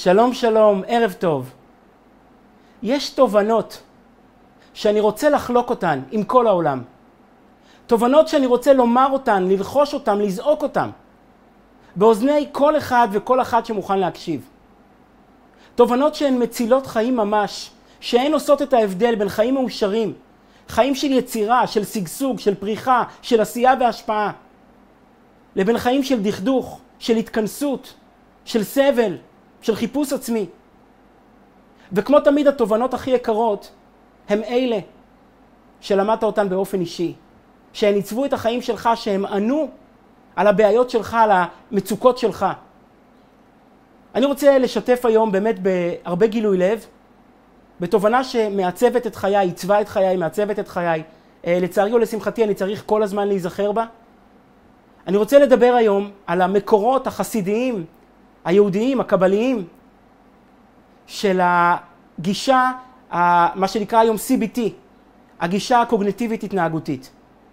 שלום שלום, ערב טוב. יש תובנות שאני רוצה לחלוק אותן עם כל העולם. תובנות שאני רוצה לומר אותן, ללחוש אותן, לזעוק אותן. באוזני כל אחד וכל אחת שמוכן להקשיב. תובנות שהן מצילות חיים ממש, שהן עושות את ההבדל בין חיים מאושרים, חיים של יצירה, של שגשוג, של פריחה, של עשייה והשפעה, לבין חיים של דכדוך, של התכנסות, של סבל, של חיפוש עצמי. וכמו תמיד התובנות הכי יקרות הם אלה שלמדת אותן באופן אישי, שהן עיצבו את החיים שלך, שהם ענו על הבעיות שלך, על המצוקות שלך. אני רוצה לשתף היום באמת בהרבה גילוי לב, בתובנה שמעצבת את חיי, עיצבה את חיי, מעצבת את חיי. לצערי או לשמחתי אני צריך כל הזמן להיזכר בה. אני רוצה לדבר היום על המקורות החסידיים, היהודיים, הקבליים, של הגישה, מה שנקרא היום CBT, הגישה הקוגניטיבית התנהגותית.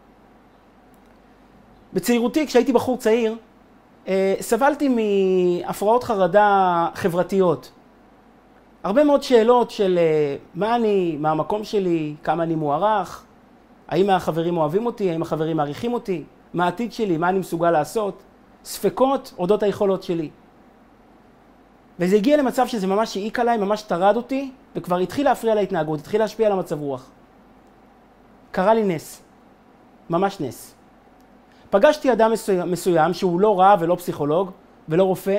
בצעירותי, כשהייתי בחור צעיר, סבלתי מהפרעות חרדה חברתיות. הרבה מאוד שאלות של מה אני, מה המקום שלי, כמה אני מוערך, האם החברים אוהבים אותי, האם החברים מעריכים אותי, מה העתיד שלי, מה אני מסוגל לעשות, ספקות אודות היכולות שלי. וזה הגיע למצב שזה ממש העיק עליי, ממש טרד אותי, וכבר התחיל להפריע להתנהגות, התחיל להשפיע על המצב רוח. קרה לי נס, ממש נס. פגשתי אדם מסוים שהוא לא רב ולא פסיכולוג ולא רופא,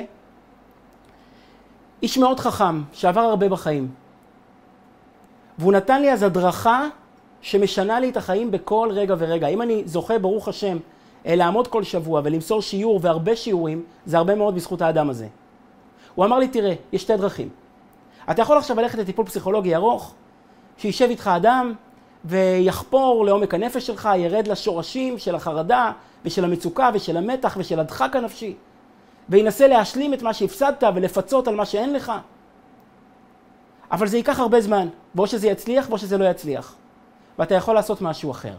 איש מאוד חכם שעבר הרבה בחיים. והוא נתן לי אז הדרכה שמשנה לי את החיים בכל רגע ורגע. אם אני זוכה ברוך השם לעמוד כל שבוע ולמסור שיעור והרבה שיעורים, זה הרבה מאוד בזכות האדם הזה. הוא אמר לי, תראה, יש שתי דרכים. אתה יכול עכשיו ללכת לטיפול פסיכולוגי ארוך, שישב איתך אדם ויחפור לעומק הנפש שלך, ירד לשורשים של החרדה ושל המצוקה ושל המתח ושל הדחק הנפשי, וינסה להשלים את מה שהפסדת ולפצות על מה שאין לך. אבל זה ייקח הרבה זמן, בו שזה יצליח, בו שזה לא יצליח. ואתה יכול לעשות משהו אחר.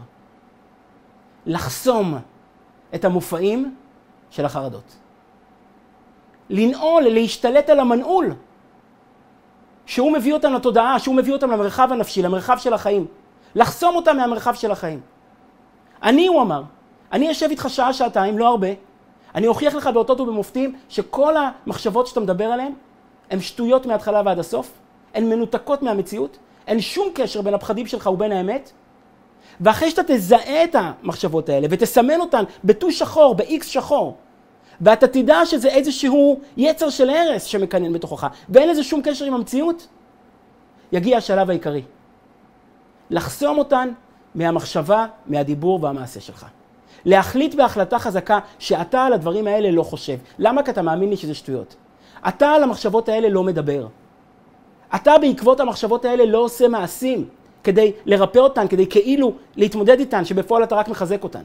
לחסום את המופעים של החרדות. לנעול, להשתלט על המנעול, שהוא מביא אותם לתודעה, שהוא מביא אותם למרחב הנפשי, למרחב של החיים. לחסום אותם מהמרחב של החיים. הוא אמר, אני אשב איתך שעה, שעתיים, לא הרבה. אני אוכיח לך באותות ובמופתים שכל המחשבות שאתה מדבר עליהן הן שטויות מההתחלה ועד הסוף, הן מנותקות מהמציאות, אין שום קשר בין הפחדים שלך ובין האמת. ואחרי שאתה תזהה את המחשבות האלה ותסמן אותן בטוש שחור, ב-X שחור, ואתה תדע שזה איזשהו יצר של הרס שמקנן בתוכך, ואין לזה שום קשר עם המציאות, יגיע השלב העיקרי. לחסום אותן מהמחשבה, מהדיבור והמעשה שלך. להחליט בהחלטה חזקה שאתה על הדברים האלה לא חושב. למה? כי אתה מאמין לי שזה שטויות. אתה על המחשבות האלה לא מדבר. אתה בעקבות המחשבות האלה לא עושה מעשים כדי לרפא אותן, כדי כאילו להתמודד איתן, שבפועל אתה רק מחזק אותן.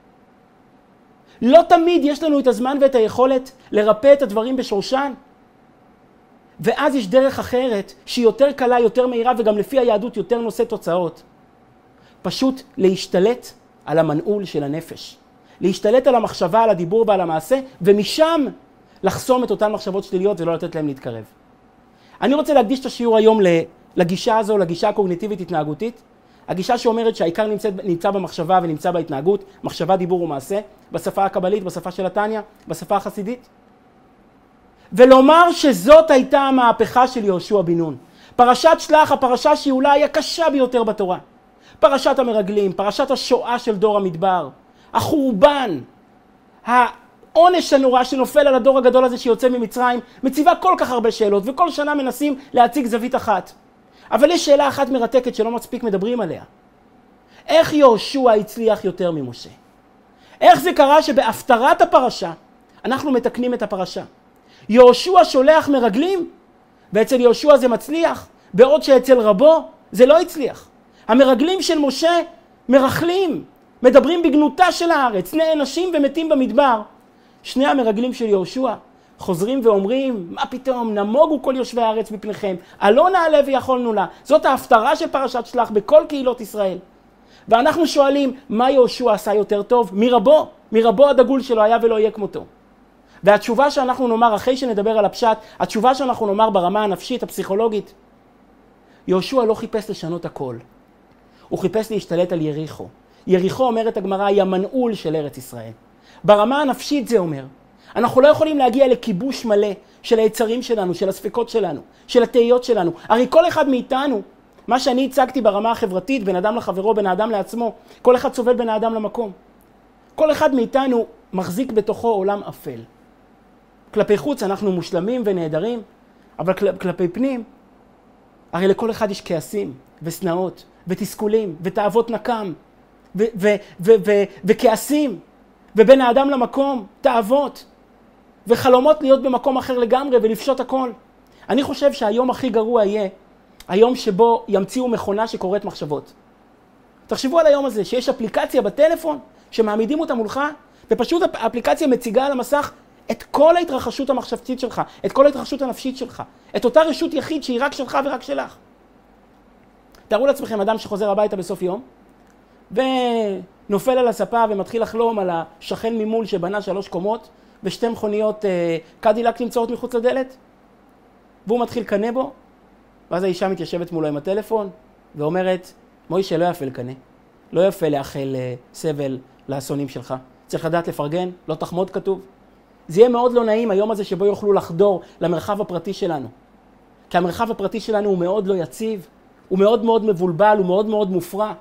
לא תמיד יש לנו את הזמן ואת היכולת לרפא את הדברים בשורשן. ואז יש דרך אחרת שהיא יותר קלה, יותר מהירה, וגם לפי היהדות יותר נושא תוצאות. פשוט להשתלט על המנעול של הנפש. להשתלט על המחשבה, על הדיבור ועל המעשה, ומשם לחסום את אותן מחשבות שליליות ולא לתת להם להתקרב. אני רוצה להקדיש את השיעור היום לגישה הזו, לגישה הקוגניטיבית התנהגותית. הגישה שאומרת שהעיקר נמצא במחשבה ונמצא בהתנהגות, מחשבה, דיבור ומעשה, בשפה הקבלית, בשפה של התניה, בשפה החסידית. ולומר שזאת הייתה המהפכה של יהושע בן נון. פרשת שלח, הפרשה שהיא אולי הקשה ביותר בתורה. פרשת המרגלים, פרשת השואה של דור המדבר, החורבן, העונש הנורא שנופל על הדור הגדול הזה שיוצא ממצרים, מציבה כל כך הרבה שאלות, וכל שנה מנסים להציג זווית אחת. אבל יש שאלה אחת מרתקת שלא מספיק מדברים עליה. איך יהושע הצליח יותר ממשה? איך זה קרה שבהפטרת הפרשה אנחנו מתקנים את הפרשה? יהושע שולח מרגלים, ואצל יהושע זה מצליח, בעוד שאצל רבו זה לא הצליח. המרגלים של משה מרחלים, מדברים בגנותה של הארץ, נענשים ומתים במדבר. שני המרגלים של יהושע חוזרים ואומרים, מה פתאום, נמוגו כל יושבי הארץ מפניכם, עלו נעלה ויכולנו לה. זאת ההפטרה של פרשת שלח בכל קהילות ישראל. ואנחנו שואלים, מה יהושע עשה יותר טוב? מרבו הדגול שלו היה ולא יהיה כמותו. והתשובה שאנחנו נאמר, אחרי שנדבר על הפשט, התשובה שאנחנו נאמר ברמה הנפשית, הפסיכולוגית, יהושע לא חיפש לשנות הכל. הוא חיפש להשתלט על יריחו. יריחו, אומרת הגמרא, היא המנעול של ארץ ישראל. ברמה הנפשית זה אומר, אנחנו לא יכולים להגיע לכיבוש מלא של היצרים שלנו, של הספקות שלנו, של התהיות שלנו. הרי כל אחד מאיתנו, מה שאני הצגתי ברמה החברתית, בין אדם לחברו, בין האדם לעצמו, כל אחד סובל בין האדם למקום. כל אחד מאיתנו מחזיק בתוכו עולם אפל. כלפי חוץ אנחנו מושלמים ונהדרים, אבל כלפי פנים, הרי לכל אחד יש כעסים וסנאות ותסכולים ותאוות נקם וכעסים, ובין האדם למקום, תאוות וחלומות להיות במקום אחר לגמרי ולפשוט הכל. אני חושב שהיום הכי גרוע יהיה היום שבו ימציאו מכונה שקוראת מחשבות. תחשבו על היום הזה שיש אפליקציה בטלפון שמעמידים אותה מולך, ופשוט האפליקציה מציגה על המסך את כל ההתרחשות המחשבתית שלך, את כל ההתרחשות הנפשית שלך, את אותה רשות יחיד שהיא רק שלך ורק שלך. תארו לעצמכם אדם שחוזר הביתה בסוף יום, ונופל על הספה ומתחיל לחלום על השכן ממול שבנה 3 קומות, ושתי מכוניות קדילק נמצאות מחוץ לדלת, והוא מתחיל קנה בו, ואז האישה מתיישבת מולו עם הטלפון, ואומרת, מוישה, לא יפה לקנה, לא יפה לאחל סבל לאסונים שלך. צריך לדעת לפרגן, לא תחמוד כתוב. זה יהיה מאוד לא נעים היום הזה שבו יוכלו לחדור למרחב הפרטי שלנו. כי המרחב הפרטי שלנו הוא מאוד לא יציב, הוא מאוד מאוד מבולבל, הוא מאוד מאוד מופרע.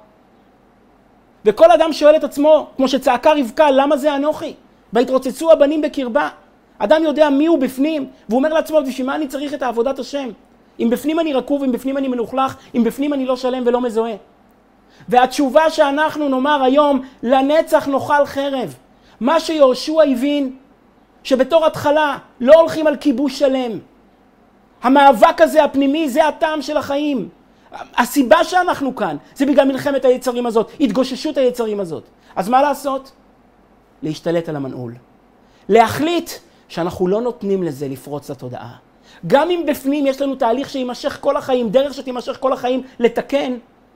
וכל אדם שואל את עצמו, כמו שצעקה רבקה, למה זה אנוכי? והתרוצצו הבנים בקרבה. אדם יודע מי הוא בפנים, והוא אומר לעצמו, בשביל מה אני צריך את עבודת השם? אם בפנים אני רקוב, אם בפנים אני מלוכלך, אם בפנים אני לא שלם ולא מזוהה. והתשובה שאנחנו נאמר היום, לנצח נאכל חרב. מה שיהושע הבין, שבתור התחלה לא הולכים על כיבוש שלם. המאבק הזה הפנימי, זה הטעם של החיים. הסיבה שאנחנו כאן, זה בגלל מלחמת היצרים הזאת, התגוששות היצרים הזאת. אז מה לעשות? להשתלט על המנעול. להחליט שאנחנו לא נותנים לזה לפרוץ לתודעה. גם אם בפנים יש לנו תהליך שימשך כל החיים, דרך שתימשך כל החיים לתקן,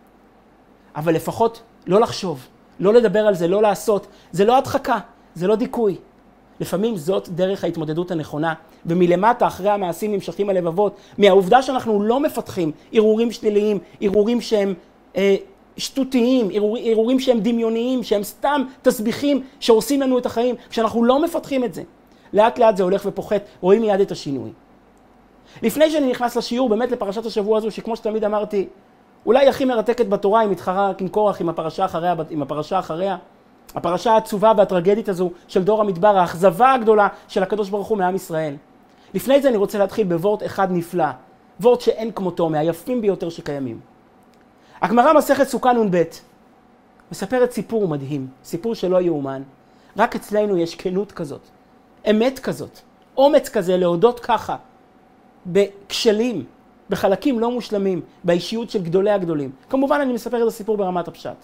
אבל לפחות לא לחשוב, לא לדבר על זה, לא לעשות. זה לא הדחקה, זה לא דיכוי. לפעמים זאת דרך ההתמודדות הנכונה, ומלמטה אחרי המעשים נמשכים הלבבות, מהעובדה שאנחנו לא מפתחים ערעורים שליליים, ערעורים שהם שטותיים, ערעורים שהם דמיוניים, שהם סתם תסביכים שעושים לנו את החיים. כשאנחנו לא מפתחים את זה, לאט לאט זה הולך ופוחת, רואים מיד את השינוי. לפני שאני נכנס לשיעור, באמת לפרשת השבוע הזו, שכמו שתמיד אמרתי, אולי הכי מרתקת בתורה, היא מתחרה עם קורח, עם הפרשה אחריה, הפרשה העצובה והטרגדית הזו של דור המדבר, האכזבה הגדולה של הקדוש ברוך הוא מעם ישראל. לפני זה אני רוצה להתחיל בוורט אחד נפלא, וורט שאין כמותו, מהיפים ביותר שקיימים. הגמרא מסכת סוכה נ"ב מספרת סיפור מדהים, סיפור שלא יאומן. רק אצלנו יש כנות כזאת, אמת כזאת, אומץ כזה להודות ככה, בכשלים, בחלקים לא מושלמים, באישיות של גדולי הגדולים. כמובן אני מספר את הסיפור ברמת הפשט.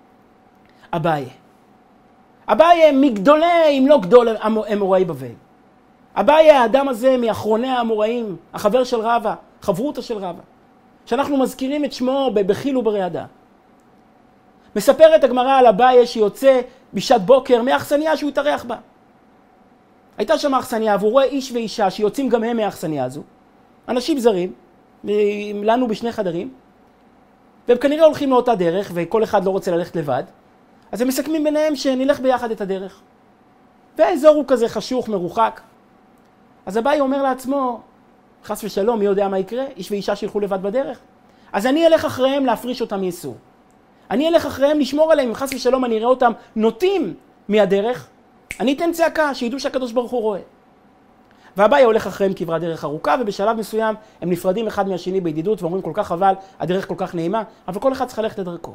אביי מגדולי, אם לא גדול, אמוראי בבל. אביי האדם הזה מאחרוני האמוראים, החבר של רבא, חברותא של רבא, שאנחנו מזכירים את שמו בחיל וברעדה. מספרת הגמרא על אביי שיוצא בשעת בוקר מאכסניה שהוא התארח בה. הייתה שם אכסניה, והוא רואה איש ואישה שיוצאים גם הם מאכסניה הזו. אנשים זרים, לנו בשני חדרים, והם כנראה הולכים לאותה דרך, וכל אחד לא רוצה ללכת לבד. אז הם מסכמים ביניהם שנלך ביחד את הדרך. והאזור הוא כזה חשוך, מרוחק. אז אביי אומר לעצמו, חס ושלום, מי יודע מה יקרה? איש ואישה שילכו לבד בדרך. אז אני אלך אחריהם להפריש אותם מאיסור. אני אלך אחריהם לשמור עליהם, אם חס ושלום אני אראה אותם נוטים מהדרך, אני אתן צעקה, שידעו שהקדוש ברוך הוא רואה. והאביי הולך אחריהם כברת דרך ארוכה, ובשלב מסוים הם נפרדים אחד מהשני בידידות, ואומרים כל כך חבל, הדרך כל כך נעימה, אבל כל אחד צריך ללכת את דרכו.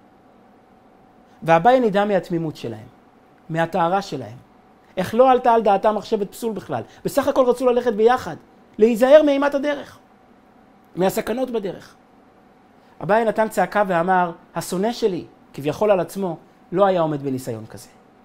והאביי נדע מהתמימות שלהם, מהטהרה שלהם. איך לא עלתה על דעתם מחשבת פסול בכלל. בסך הכל רצו ללכת ביחד, להיזהר מאימת הדרך, מהסכנות בדרך. אביי נתן צעקה ואמר, השונא שלי, כביכול על עצמו, לא היה עומד בניסיון כזה.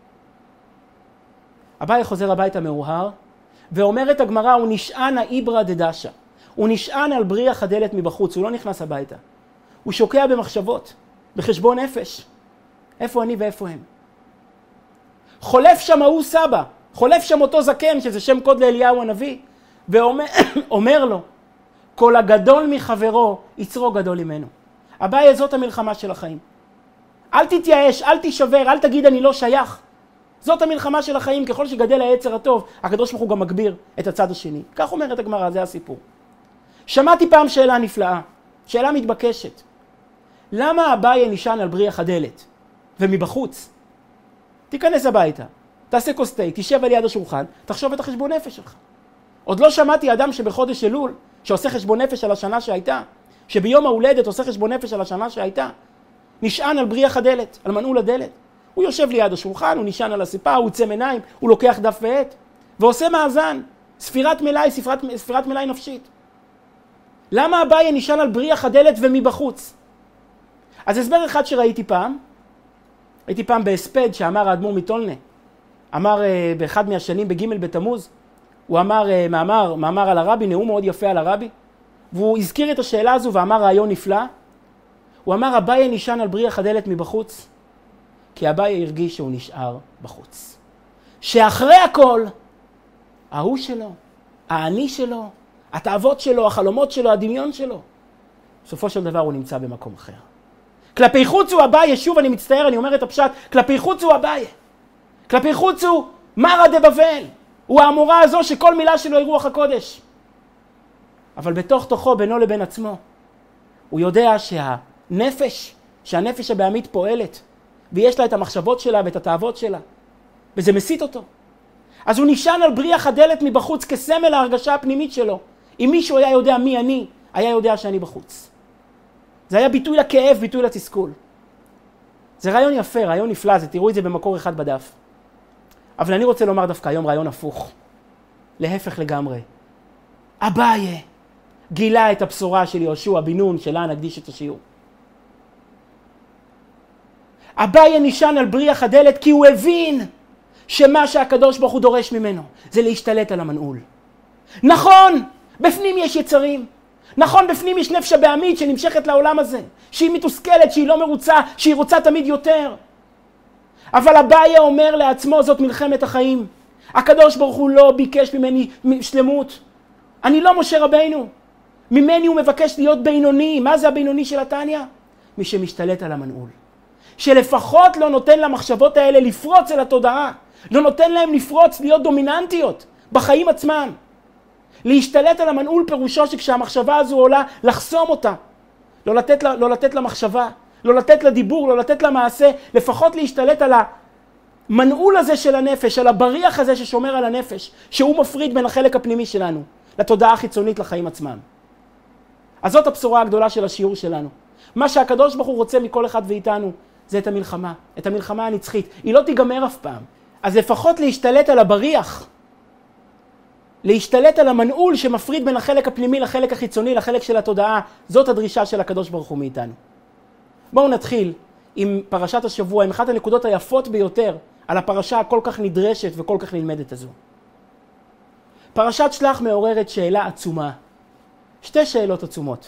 אביי חוזר הביתה מאוהר, ואומרת הגמרא, הוא נשען האיברא דדשא. הוא נשען על בריח הדלת מבחוץ, הוא לא נכנס הביתה. הוא שוקע במחשבות, בחשבון נפש. איפה אני ואיפה הם? חולף שם הוא סבא, חולף שם אותו זקן, שזה שם קוד לאליהו הנביא, ואומר לו, כל הגדול מחברו, יצרו גדול ממנו. הבעיה זאת המלחמה של החיים. אל תתייאש, אל תישבר, אל תגיד אני לא שייך. זאת המלחמה של החיים, ככל שגדל היצר הטוב, הקדוש ברוך הוא גם מגביר את הצד השני. כך אומרת הגמרא, זה הסיפור. שמעתי פעם שאלה נפלאה, שאלה מתבקשת. למה אביי נשען על בריח הדלת? ומבחוץ? תיכנס הביתה, תעשה כוס תה, תשב על יד השולחן, תחשוב את החשבון נפש שלך. עוד לא שמעתי אדם שבחודש אלול, שעושה חשבון נפש על השנה שהייתה, שביום ההולדת עושה חשבון נפש על השנה שהייתה, נשען על בריח הדלת, על מנעול הדלת. הוא יושב ליד השולחן, הוא נשען על הסיפה, הוא עוצם עיניים, הוא לוקח דף ועט, ועושה מאזן, ספירת מלאי, ספירת מלאי נפשית. למה אביי נשען על בריח הדלת ומבחוץ? אז הסבר אחד שראיתי פעם, הייתי פעם בהספד שאמר האדמו"ר מטולנה, אמר באחד מהשנים בג' בתמוז, הוא אמר מאמר על הרבי, נאום מאוד יפה על הרבי, והוא הזכיר את השאלה הזו ואמר רעיון נפלא. הוא אמר אביי נשען על בריח הדלת מבחוץ, כי אביי הרגיש שהוא נשאר בחוץ. שאחרי הכל, ההוא שלו, האני שלו, התאוות שלו, החלומות שלו, הדמיון שלו, בסופו של דבר הוא נמצא במקום אחר. כלפי חוץ הוא אביי, שוב אני מצטער, אני אומר את הפשט, כלפי חוץ הוא אביי. כלפי חוץ הוא מרא דבבל, הוא האמורה הזו שכל מילה שלו היא רוח הקודש. אבל בתוך תוכו, בינו לבין עצמו, הוא יודע שהנפש הבהמית פועלת, ויש לה את המחשבות שלה ואת התאוות שלה, וזה מסית אותו. אז הוא נשען על בריח הדלת מבחוץ כסמל ההרגשה הפנימית שלו. אם מישהו היה יודע מי אני, היה יודע שאני בחוץ. זה היה ביטוי לכאב, ביטוי לתסכול. זה רעיון יפה, רעיון נפלא, זה תראו את זה במקור אחד בדף. אבל אני רוצה לומר דווקא היום רעיון הפוך. להפך לגמרי. אביי גילה את הבשורה של יהושע בן נון, שלה נקדיש את השיעור. אביי נשען על בריח הדלת כי הוא הבין שמה שהקדוש ברוך הוא דורש ממנו זה להשתלט על המנעול. נכון, בפנים יש יצרים. נכון, בפנים יש נפש הבהמית שנמשכת לעולם הזה, שהיא מתוסכלת, שהיא לא מרוצה, שהיא רוצה תמיד יותר. אבל אביי אומר לעצמו, זאת מלחמת החיים. הקדוש ברוך הוא לא ביקש ממני שלמות. אני לא משה רבינו. ממני הוא מבקש להיות בינוני. מה זה הבינוני של התניא? מי שמשתלט על המנעול. שלפחות לא נותן למחשבות האלה לפרוץ אל התודעה. לא נותן להם לפרוץ, להיות דומיננטיות בחיים עצמם. להשתלט על המנעול פירושו שכשהמחשבה הזו עולה, לחסום אותה. לא לתת למחשבה, לא לתת לדיבור, לא לתת למעשה, לפחות להשתלט על המנעול הזה של הנפש, על הבריח הזה ששומר על הנפש, שהוא מפריד בין החלק הפנימי שלנו, לתודעה החיצונית לחיים עצמם. אז זאת הבשורה הגדולה של השיעור שלנו. מה שהקדוש ברוך הוא רוצה מכל אחד ואיתנו, זה את המלחמה הנצחית. היא לא תיגמר אף פעם. אז לפחות להשתלט על הבריח, להשתלט על המנעול שמפריד בין החלק הפנימי לחלק החיצוני, לחלק של התודעה, זאת הדרישה של הקדוש ברוך הוא מאיתנו. בואו נתחיל עם פרשת השבוע, עם אחת הנקודות היפות ביותר על הפרשה הכל כך נדרשת וכל כך נלמדת הזו. פרשת שלח מעוררת שאלה עצומה. שתי שאלות עצומות.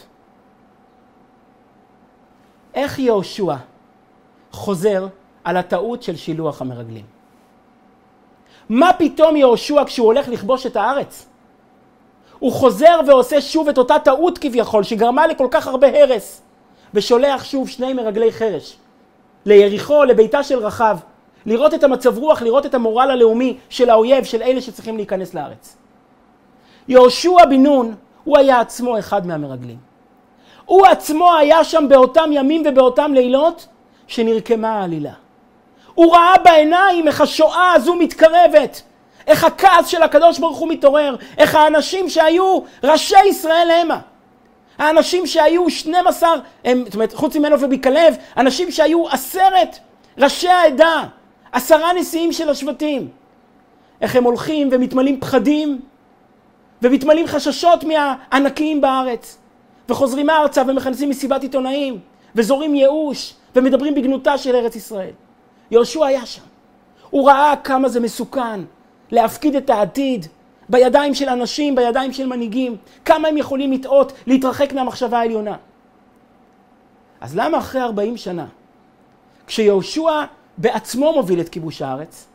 איך יהושע חוזר על הטעות של שילוח המרגלים? מה פתאום יהושע כשהוא הולך לכבוש את הארץ? הוא חוזר ועושה שוב את אותה טעות כביכול שגרמה לכל כך הרבה הרס, ושולח שוב 2 מרגלי חרש ליריחו, לביתה של רחב, לראות את המצב רוח, לראות את המורל הלאומי של האויב, של אלה שצריכים להיכנס לארץ. יהושע בן נון, הוא היה עצמו אחד מהמרגלים. הוא עצמו היה שם באותם ימים ובאותם לילות שנרקמה העלילה. הוא ראה בעיניים איך השואה הזו מתקרבת, איך הכעס של הקדוש ברוך הוא מתעורר, איך האנשים שהיו ראשי ישראל המה. האנשים שהיו 12, זאת אומרת, חוץ ממנו ובכלב, אנשים שהיו 10 ראשי העדה, 10 נשיאים של השבטים. איך הם הולכים ומתמלאים פחדים, ומתמלאים חששות מהענקים בארץ, וחוזרים ארצה ומכנסים מסיבת עיתונאים, וזורים ייאוש, ומדברים בגנותה של ארץ ישראל. יהושע היה שם. הוא ראה כמה זה מסוכן להפקיד את העתיד בידיים של אנשים, בידיים של מנהיגים, כמה הם יכולים לטעות, להתרחק מהמחשבה העליונה. אז למה אחרי 40 שנה, כשיהושע בעצמו מוביל את כיבוש הארץ,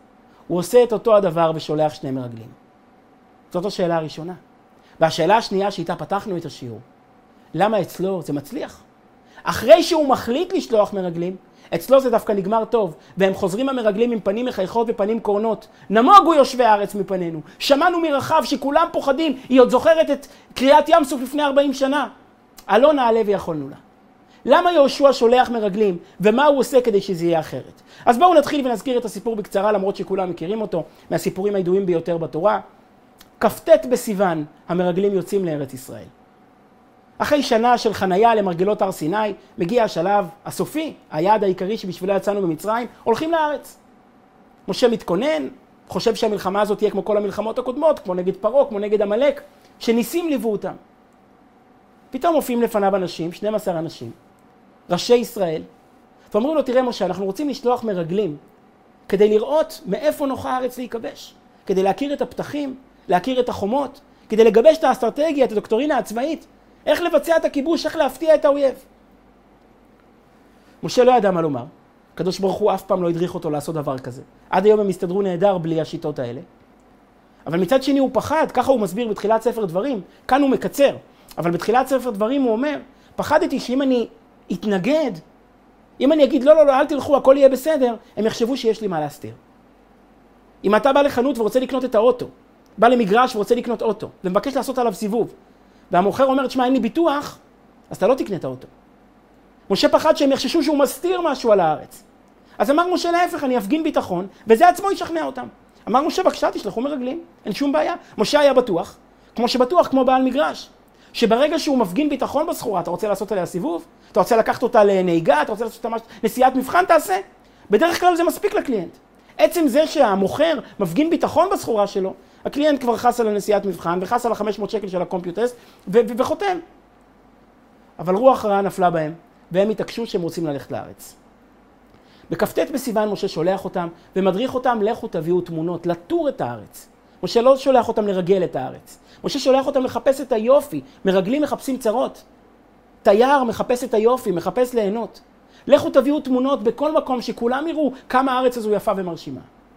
הוא עושה את אותו הדבר ושולח 2 מרגלים. זאת השאלה הראשונה. והשאלה השנייה שאיתה פתחנו את השיעור. למה אצלו זה מצליח? אחרי שהוא מחליט לשלוח מרגלים, אצלו זה דווקא נגמר טוב, והם חוזרים המרגלים עם פנים מחייכות ופנים קורנות. נמוגו יושבי הארץ מפנינו. שמענו מרחב שכולם פוחדים, היא עוד זוכרת את קריאת ים סוף לפני 40 שנה. אלא נעלה ויכולנו לה. למה יהושע שולח מרגלים, ומה הוא עושה כדי שזה יהיה אחרת? אז בואו נתחיל ונזכיר את הסיפור בקצרה, למרות שכולם מכירים אותו, מהסיפורים הידועים ביותר בתורה. כ"ט בסיוון, המרגלים יוצאים לארץ ישראל. אחרי שנה של חנייה למרגלות הר סיני, מגיע השלב הסופי, היעד העיקרי שבשבילו יצאנו במצרים, הולכים לארץ. משה מתכונן, חושב שהמלחמה הזאת תהיה כמו כל המלחמות הקודמות, כמו נגד פרעה, כמו נגד עמלק, שניסים ליוו אותם. פתאום מופיעים לפניו אנשים, 12 אנשים, ראשי ישראל, ואומרים לו, תראה משה, אנחנו רוצים לשלוח מרגלים, כדי לראות מאיפה נוחה הארץ להיכבש, כדי להכיר את הפתחים, להכיר את החומות, כדי לגבש את האסטרטגיה, את הדוקטורינה הצבאית, איך לבצע את הכיבוש, איך להפתיע את האויב. משה לא ידע מה לומר. הקדוש ברוך הוא אף פעם לא הדריך אותו לעשות דבר כזה. עד היום הם הסתדרו נהדר בלי השיטות האלה. אבל מצד שני הוא פחד, ככה הוא מסביר בתחילת ספר דברים, כאן הוא מקצר. אבל בתחילת ספר דברים הוא אומר, פחדתי שאם אני אתנגד, אם אני אגיד לא, אל תלכו, הכל יהיה בסדר, הם יחשבו שיש לי מה להסתיר. אם אתה בא לחנות ורוצה לקנות את האוטו, בא למגרש ורוצה לקנות אוטו, ומבקש לעשות עליו סיבוב, והמוכר אומר, תשמע, אין לי ביטוח, אז אתה לא תקנה את האוטו. משה פחד שהם יחששו שהוא מסתיר משהו על הארץ. אז אמר משה להפך, אני אפגין ביטחון, וזה עצמו ישכנע אותם. אמר משה, בבקשה, תשלחו מרגלים, אין שום בעיה. משה היה בטוח, כמו שבטוח, כמו בעל מגרש, שברגע שהוא מפגין ביטחון בסחורה, אתה רוצה לעשות עליה סיבוב? אתה רוצה לקחת אותה לנהיגה? אתה רוצה לעשות אותה נסיעת מבחן? תעשה. בדרך כלל זה מספיק לקליינט. עצם זה שהמוכר מפגין ביטחון בסחורה שלו, הקליינט כבר חס על הנסיעת מבחן, וחס על ה-500 שקל של הקומפיוטסט, וחותם. אבל רוח רעה נפלה בהם, והם התעקשו שהם רוצים ללכת לארץ. בכ"ט בסיוון משה שולח אותם, ומדריך אותם, לכו תביאו תמונות, לטור את הארץ. משה לא שולח אותם לרגל את הארץ. משה שולח אותם לחפש את היופי. מרגלים מחפשים צרות. תייר מחפש את היופי, מחפש ליהנות. לכו תביאו תמונות בכל מקום שכולם יראו כמה הארץ הזו יפה ומרשימה.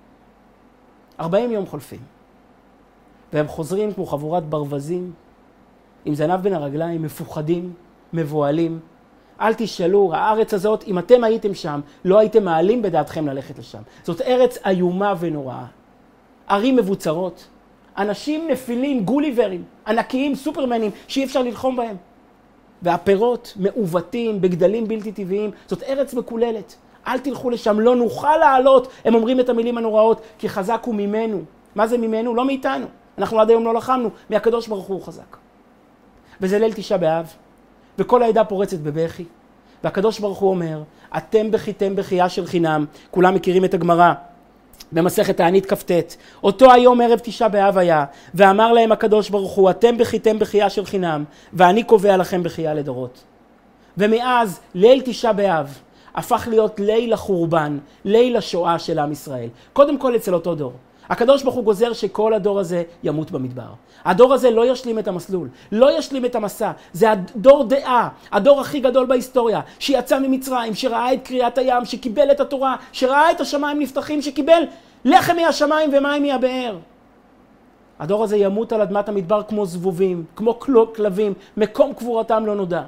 40 יום חולפים. והם חוזרים כמו חבורת ברווזים, עם זנב בין הרגליים, מפוחדים, מבועלים. אל תשאלו, הארץ הזאת, אם אתם הייתם שם, לא הייתם מעלים בדעתכם ללכת לשם. זאת ארץ איומה ונוראה. ערים מבוצרות, אנשים נפילים, גוליברים, ענקיים, סופרמנים, שאי אפשר ללחום בהם. והפירות מעוותים, בגדלים בלתי טבעיים, זאת ארץ מקוללת. אל תלכו לשם, לא נוכל לעלות, הם אומרים את המילים הנוראות, כי חזק הוא ממנו. מה זה ממנו? לא מאיתנו. אנחנו עד היום לא לחמנו, מהקדוש ברוך הוא חזק. וזה ליל תשעה באב, וכל העדה פורצת בבכי, והקדוש ברוך הוא אומר, אתם בכיתם בכייה של חינם, כולם מכירים את הגמרא, במסכת תענית כ"ט, אותו היום ערב תשעה באב היה, ואמר להם הקדוש ברוך הוא, אתם בכיתם בכייה של חינם, ואני קובע לכם בכייה לדורות. ומאז ליל תשעה באב הפך להיות ליל החורבן, ליל השואה של עם ישראל. קודם כל אצל אותו דור. הקדוש ברוך הוא גוזר שכל הדור הזה ימות במדבר. הדור הזה לא ישלים את המסלול, לא ישלים את המסע. זה הדור דעה, הדור הכי גדול בהיסטוריה, שיצא ממצרים, שראה את קריאת הים, שקיבל את התורה, שראה את השמיים נפתחים, שקיבל לחם מהשמיים ומים מהבאר. הדור הזה ימות על אדמת המדבר כמו זבובים, כמו כלבים, מקום קבורתם לא נודע.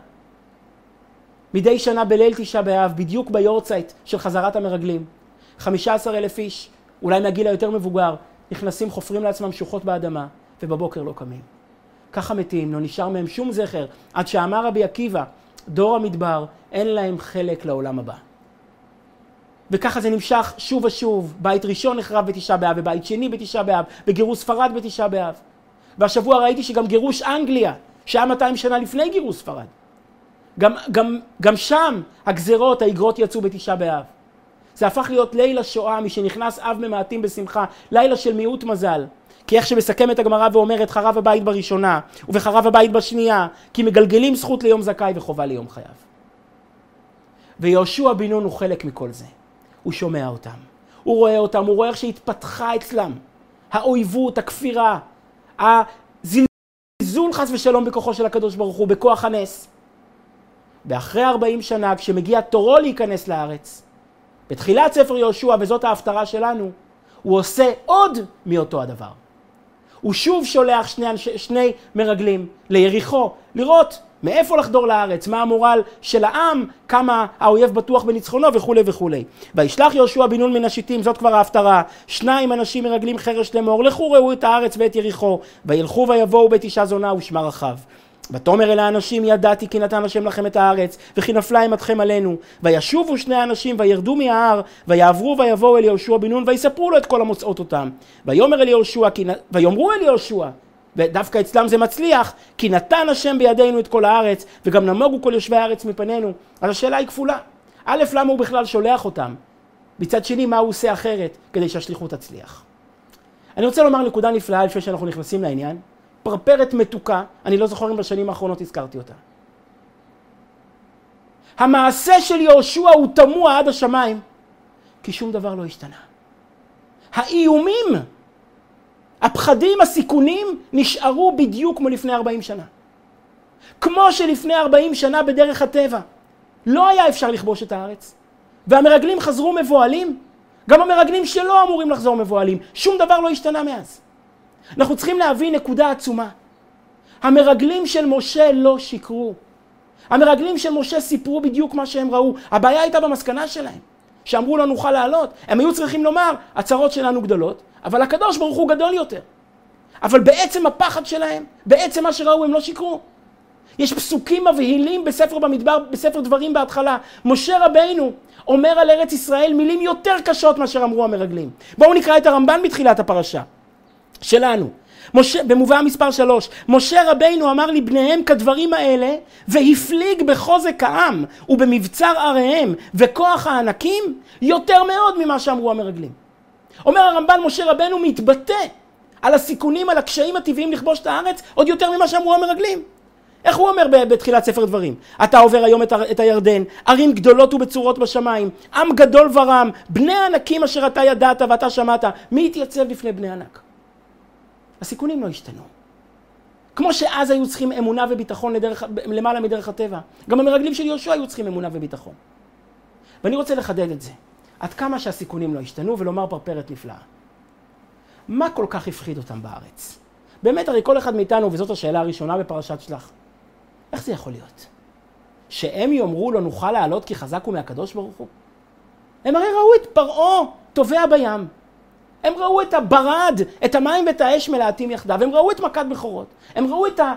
מדי שנה בליל תשעה באב, בדיוק ביורצייט של חזרת המרגלים, 15,000 איש, אולי מהגיל היותר מבוגר, נכנסים, חופרים לעצמם שוחות באדמה, ובבוקר לא קמים. ככה מתים, לא נשאר מהם שום זכר, עד שאמר רבי עקיבא, דור המדבר, אין להם חלק לעולם הבא. וככה זה נמשך שוב ושוב, בית ראשון נחרב בתשעה באב, ובית שני בתשעה באב, וגירוש ספרד בתשעה באב. והשבוע ראיתי שגם גירוש אנגליה, שהיה 200 שנה לפני גירוש ספרד. גם שם הגזרות, האגרות יצאו בתשעה באב. זה הפך להיות ליל השואה, מי שנכנס אב ממעטים בשמחה, לילה של מיעוט מזל. כי איך שמסכמת הגמרא ואומרת, חרב הבית בראשונה, ובחרב הבית בשנייה, כי מגלגלים זכות ליום זכאי וחובה ליום חייו. ויהושע בן נון הוא חלק מכל זה. הוא שומע אותם, הוא רואה אותם, הוא רואה איך שהתפתחה אצלם. האויבות, הכפירה, הזלזול חס ושלום בכוחו של הקדוש ברוך הוא, בכוח הנס. ואחרי 40 שנה, כשמגיע תורו להיכנס לארץ, בתחילת ספר יהושע, וזאת ההפטרה שלנו, הוא עושה עוד מאותו הדבר. הוא שוב שולח שני מרגלים ליריחו, לראות מאיפה לחדור לארץ, מה המורל של העם, כמה האויב בטוח בניצחונו וכו' וכו'. וישלח יהושע בן נון מן השיטים, זאת כבר ההפטרה, 2 אנשים מרגלים חרש לאמור, לכו ראו את הארץ ואת יריחו, וילכו ויבואו בית אישה זונה ושמה רחב. ותאמר אל האנשים, ידעתי כי נתן השם לכם את הארץ, וכי נפלה אימתכם עלינו. וישובו 2 אנשים וירדו מההר, ויעברו ויבואו אל יהושע בן נון, ויספרו לו את כל המוצאות אותם. ויאמרו אל יהושע, ודווקא אצלם זה מצליח, כי נתן השם בידינו את כל הארץ, וגם נמוגו כל יושבי הארץ מפנינו. אז השאלה היא כפולה. א', למה הוא בכלל שולח אותם? בצד שני, מה הוא עושה אחרת כדי שהשליחות תצליח? אני רוצה לומר נקודה נפלאה לפני שאנחנו נכנסים לעניין. פרפרת מתוקה, אני לא זוכר אם בשנים האחרונות הזכרתי אותה. המעשה של יהושע הוא תמוה עד השמיים, כי שום דבר לא השתנה. האיומים, הפחדים, הסיכונים, נשארו בדיוק כמו לפני 40 שנה. כמו שלפני 40 שנה בדרך הטבע, לא היה אפשר לכבוש את הארץ. והמרגלים חזרו מבועלים, גם המרגלים שלא אמורים לחזור מבועלים. שום דבר לא השתנה מאז. אנחנו צריכים להבין נקודה עצומה. המרגלים של משה לא שיקרו. המרגלים של משה סיפרו בדיוק מה שהם ראו. הבעיה הייתה במסקנה שלהם, שאמרו לא נוכל לעלות. הם היו צריכים לומר, הצרות שלנו גדולות, אבל הקדוש ברוך הוא גדול יותר. אבל בעצם הפחד שלהם, בעצם מה שראו, הם לא שיקרו. יש פסוקים מבהילים בספר במדבר, בספר דברים בהתחלה. משה רבינו אומר על ארץ ישראל מילים יותר קשות מאשר אמרו המרגלים. בואו נקרא את הרמב"ן בתחילת הפרשה שלנו. במובא מספר 3, משה רבינו אמר לבניהם כדברים האלה, והפליג בחוזק העם ובמבצר עריהם וכוח הענקים יותר מאוד ממה שאמרו המרגלים. אומר הרמב"ן, משה רבינו מתבטא על הסיכונים, על הקשיים הטבעיים לכבוש את הארץ עוד יותר ממה שאמרו המרגלים. איך הוא אומר בתחילת ספר דברים? אתה עובר היום את הירדן, ערים גדולות ובצורות בשמיים, עם גדול ורם, בני ענקים אשר אתה ידעת ואתה שמעת. מי יתייצב לפני בני ענק? הסיכונים לא השתנו. כמו שאז היו צריכים אמונה וביטחון למעלה מדרך הטבע, גם המרגלים של יהושע היו צריכים אמונה וביטחון. ואני רוצה לחדד את זה. עד כמה שהסיכונים לא השתנו, ולומר פרפרת נפלאה. מה כל כך הפחיד אותם בארץ? באמת, הרי כל אחד מאיתנו, וזאת השאלה הראשונה בפרשת שלח, איך זה יכול להיות? שהם יאמרו לא נוכל לעלות כי חזק הוא מהקדוש ברוך הוא? הם הרי ראו את פרעה טובע בים. הם ראו את הברד, את המים ואת האש מלהטים יחדיו. הם ראו את מכת בכורות. הם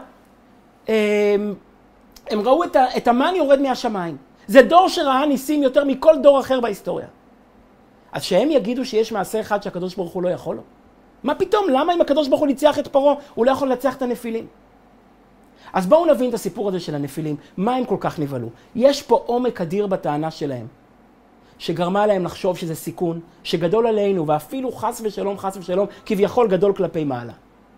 ראו את המן יורד מהשמיים. זה דור שראה ניסים יותר מכל דור אחר בהיסטוריה. אז שהם יגידו שיש מעשה אחד שהקדוש ברוך הוא לא יכול לו? מה פתאום? למה אם הקדוש ברוך הוא ניצח את פרעה, הוא לא יכול לנצח את הנפילים? אז בואו נבין את הסיפור הזה של הנפילים. מה הם כל כך נבהלו? יש פה עומק אדיר בטענה שלהם, שגרמה להם לחשוב שזה סיכון, שגדול עלינו, ואפילו חס ושלום, כביכול גדול כלפי מעלה.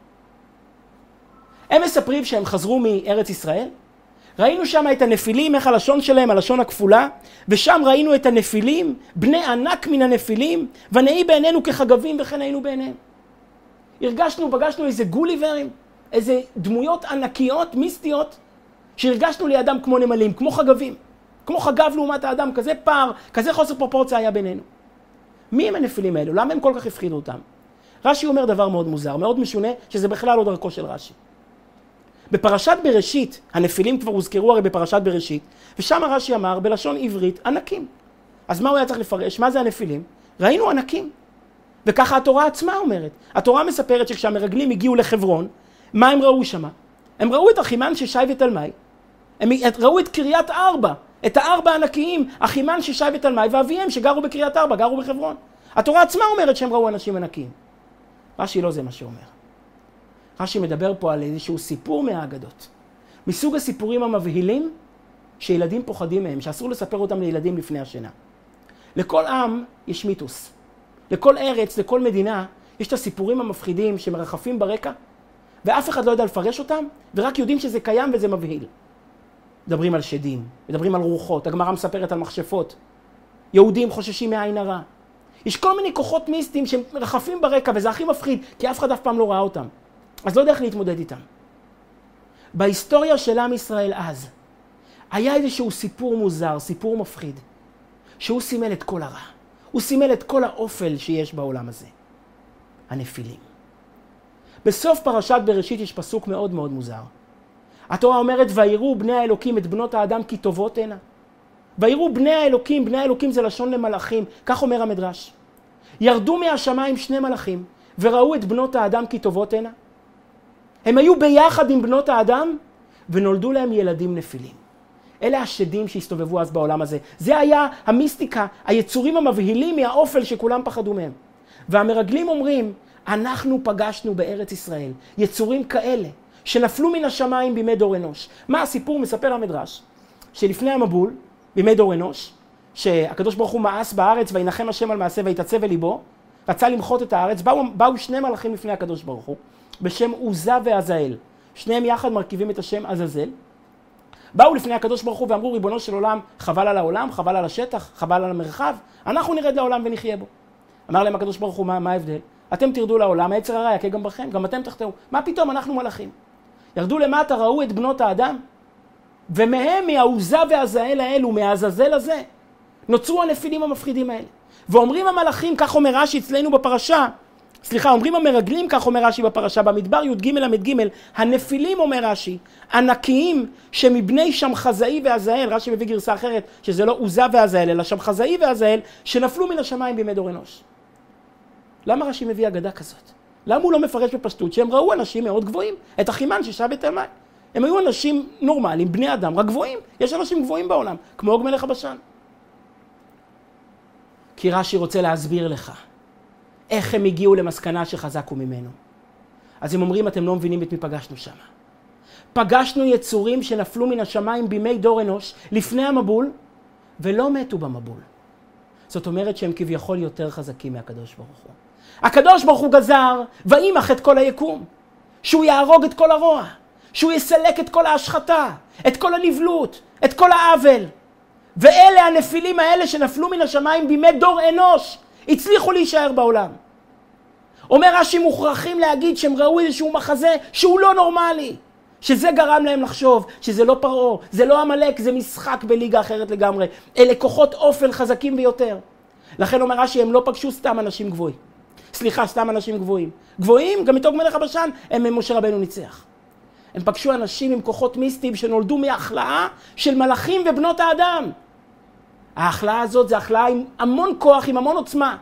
הם מספרים שהם חזרו מארץ ישראל, ראינו שם את הנפילים, איך הלשון שלהם, הלשון הכפולה, ושם ראינו את הנפילים, בני ענק מן הנפילים, ונהי בעינינו כחגבים וכן היינו בעיניהם. פגשנו איזה גוליברים, איזה דמויות ענקיות, מיסטיות, שהרגשנו לידם כמו נמלים, כמו חגבים. כמו חגב לעומת האדם, כזה פער, כזה חוסר פרופורציה היה בינינו. מי הם הנפילים האלו? למה הם כל כך הפחידו אותם? רש"י אומר דבר מאוד מוזר, מאוד משונה, שזה בכלל לא דרכו של רש"י. בפרשת בראשית, הנפילים כבר הוזכרו הרי בפרשת בראשית, ושם רש"י אמר בלשון עברית ענקים. אז מה הוא היה צריך לפרש? מה זה הנפילים? ראינו ענקים. וככה התורה עצמה אומרת. התורה מספרת שכשהמרגלים הגיעו לחברון, מה הם ראו שם? הם ראו את אחימן ששי ותלמי, הם ראו את קריית ארבע, את 4 הענקיים, אחימן ששי ותלמי ואביהם שגרו בקריית ארבע, גרו בחברון. התורה עצמה אומרת שהם ראו אנשים ענקיים. רש"י לא זה מה שאומר. רש"י מדבר פה על איזשהו סיפור מהאגדות. מסוג הסיפורים המבהילים שילדים פוחדים מהם, שאסור לספר אותם לילדים לפני השינה. לכל עם יש מיתוס. לכל ארץ, לכל מדינה, יש את הסיפורים המפחידים שמרחפים ברקע, ואף אחד לא יודע לפרש אותם, ורק יודעים שזה קיים וזה מבהיל. מדברים על שדים, מדברים על רוחות, הגמרא מספרת על מכשפות. יהודים חוששים מעין הרע. יש כל מיני כוחות מיסטיים שמרחפים ברקע, וזה הכי מפחיד, כי אף אחד אף פעם לא ראה אותם. אז לא יודע איך להתמודד איתם. בהיסטוריה של עם ישראל אז, היה איזשהו סיפור מוזר, סיפור מפחיד, שהוא סימל את כל הרע. הוא סימל את כל האופל שיש בעולם הזה. הנפילים. בסוף פרשת בראשית יש פסוק מאוד מאוד מוזר. התורה אומרת, ויראו בני האלוקים את בנות האדם כי טובות הנה. ויראו בני האלוקים זה לשון למלאכים, כך אומר המדרש. ירדו מהשמיים שני מלאכים, וראו את בנות האדם כי טובות הנה. הם היו ביחד עם בנות האדם, ונולדו להם ילדים נפילים. אלה השדים שהסתובבו אז בעולם הזה. זה היה המיסטיקה, היצורים המבהילים מהאופל שכולם פחדו מהם. והמרגלים אומרים, אנחנו פגשנו בארץ ישראל יצורים כאלה, שנפלו מן השמיים בימי דור אנוש. מה הסיפור? מספר המדרש, שלפני המבול, בימי דור אנוש, שהקדוש ברוך הוא מאס בארץ, וינחם השם על מעשה ויתעצב אל ליבו, רצה למחות את הארץ, באו שני מלאכים לפני הקדוש ברוך הוא, בשם עוזה ועזאל. שניהם יחד מרכיבים את השם עזאזל. באו לפני הקדוש ברוך הוא ואמרו, ריבונו של עולם, חבל על העולם, חבל על השטח, חבל על המרחב, אנחנו נרד לעולם ונחיה בו. אמר להם הקדוש ברוך הוא, מה ההבדל? אתם תרדו לעולם, היצר הרע יכה גם בכם, גם אתם תחטאו. מה פתאום? אנחנו מלאכים. ירדו למטה, ראו את בנות האדם, ומהם, מהעוזה והעזאל האלו, מהעזאזל הזה, נוצרו הנפילים המפחידים האלה. ואומרים המלאכים, כך אומר רש"י אצלנו בפרשה, אומרים המרגלים, כך אומר רש"י בפרשה, במדבר י"ג למד ג', הנפילים, אומר רש"י, ענקיים שמבני שמחזאי ועזאל, רש"י מביא גרסה אחרת, שזה לא עוזה ועזאל, אלא שמחזאי ועזאל, שנפלו מן השמיים בימי דור אנוש. למה רש"י מביא אגדה כזאת? למה הוא לא מפרש בפשטות שהם ראו אנשים מאוד גבוהים? את אחימן ששב בתל מים. הם היו אנשים נורמליים, בני אדם, רק גבוהים. יש אנשים גבוהים בעולם, כמו עוג מלך הבשן. כי רש"י רוצה להסביר לך איך הם הגיעו למסקנה שחזקו ממנו. אז הם אומרים, אתם לא מבינים את מי פגשנו שם. פגשנו יצורים שנפלו מן השמיים בימי דור אנוש, לפני המבול, ולא מתו במבול. זאת אומרת שהם כביכול יותר חזקים מהקדוש ברוך הוא. הקדוש ברוך הוא גזר, וימח את כל היקום. שהוא יהרוג את כל הרוע. שהוא יסלק את כל ההשחתה, את כל הנבלות, את כל העוול. ואלה הנפילים האלה שנפלו מן השמיים בימי דור אנוש, הצליחו להישאר בעולם. אומר רש"י, מוכרחים להגיד שהם ראו איזשהו מחזה שהוא לא נורמלי. שזה גרם להם לחשוב שזה לא פרעה, זה לא עמלק, זה משחק בליגה אחרת לגמרי. אלה כוחות אופל חזקים ביותר. לכן אומר רש"י, הם לא פגשו סתם אנשים גבוהים. סתם אנשים גבוהים. גבוהים, גם מתוג מלך הבשן, הם משה רבנו ניצח. הם פגשו אנשים עם כוחות מיסטיים שנולדו מהכלאה של מלאכים ובנות האדם. ההכלאה הזאת זה הכלאה עם המון כוח, עם המון עוצמה.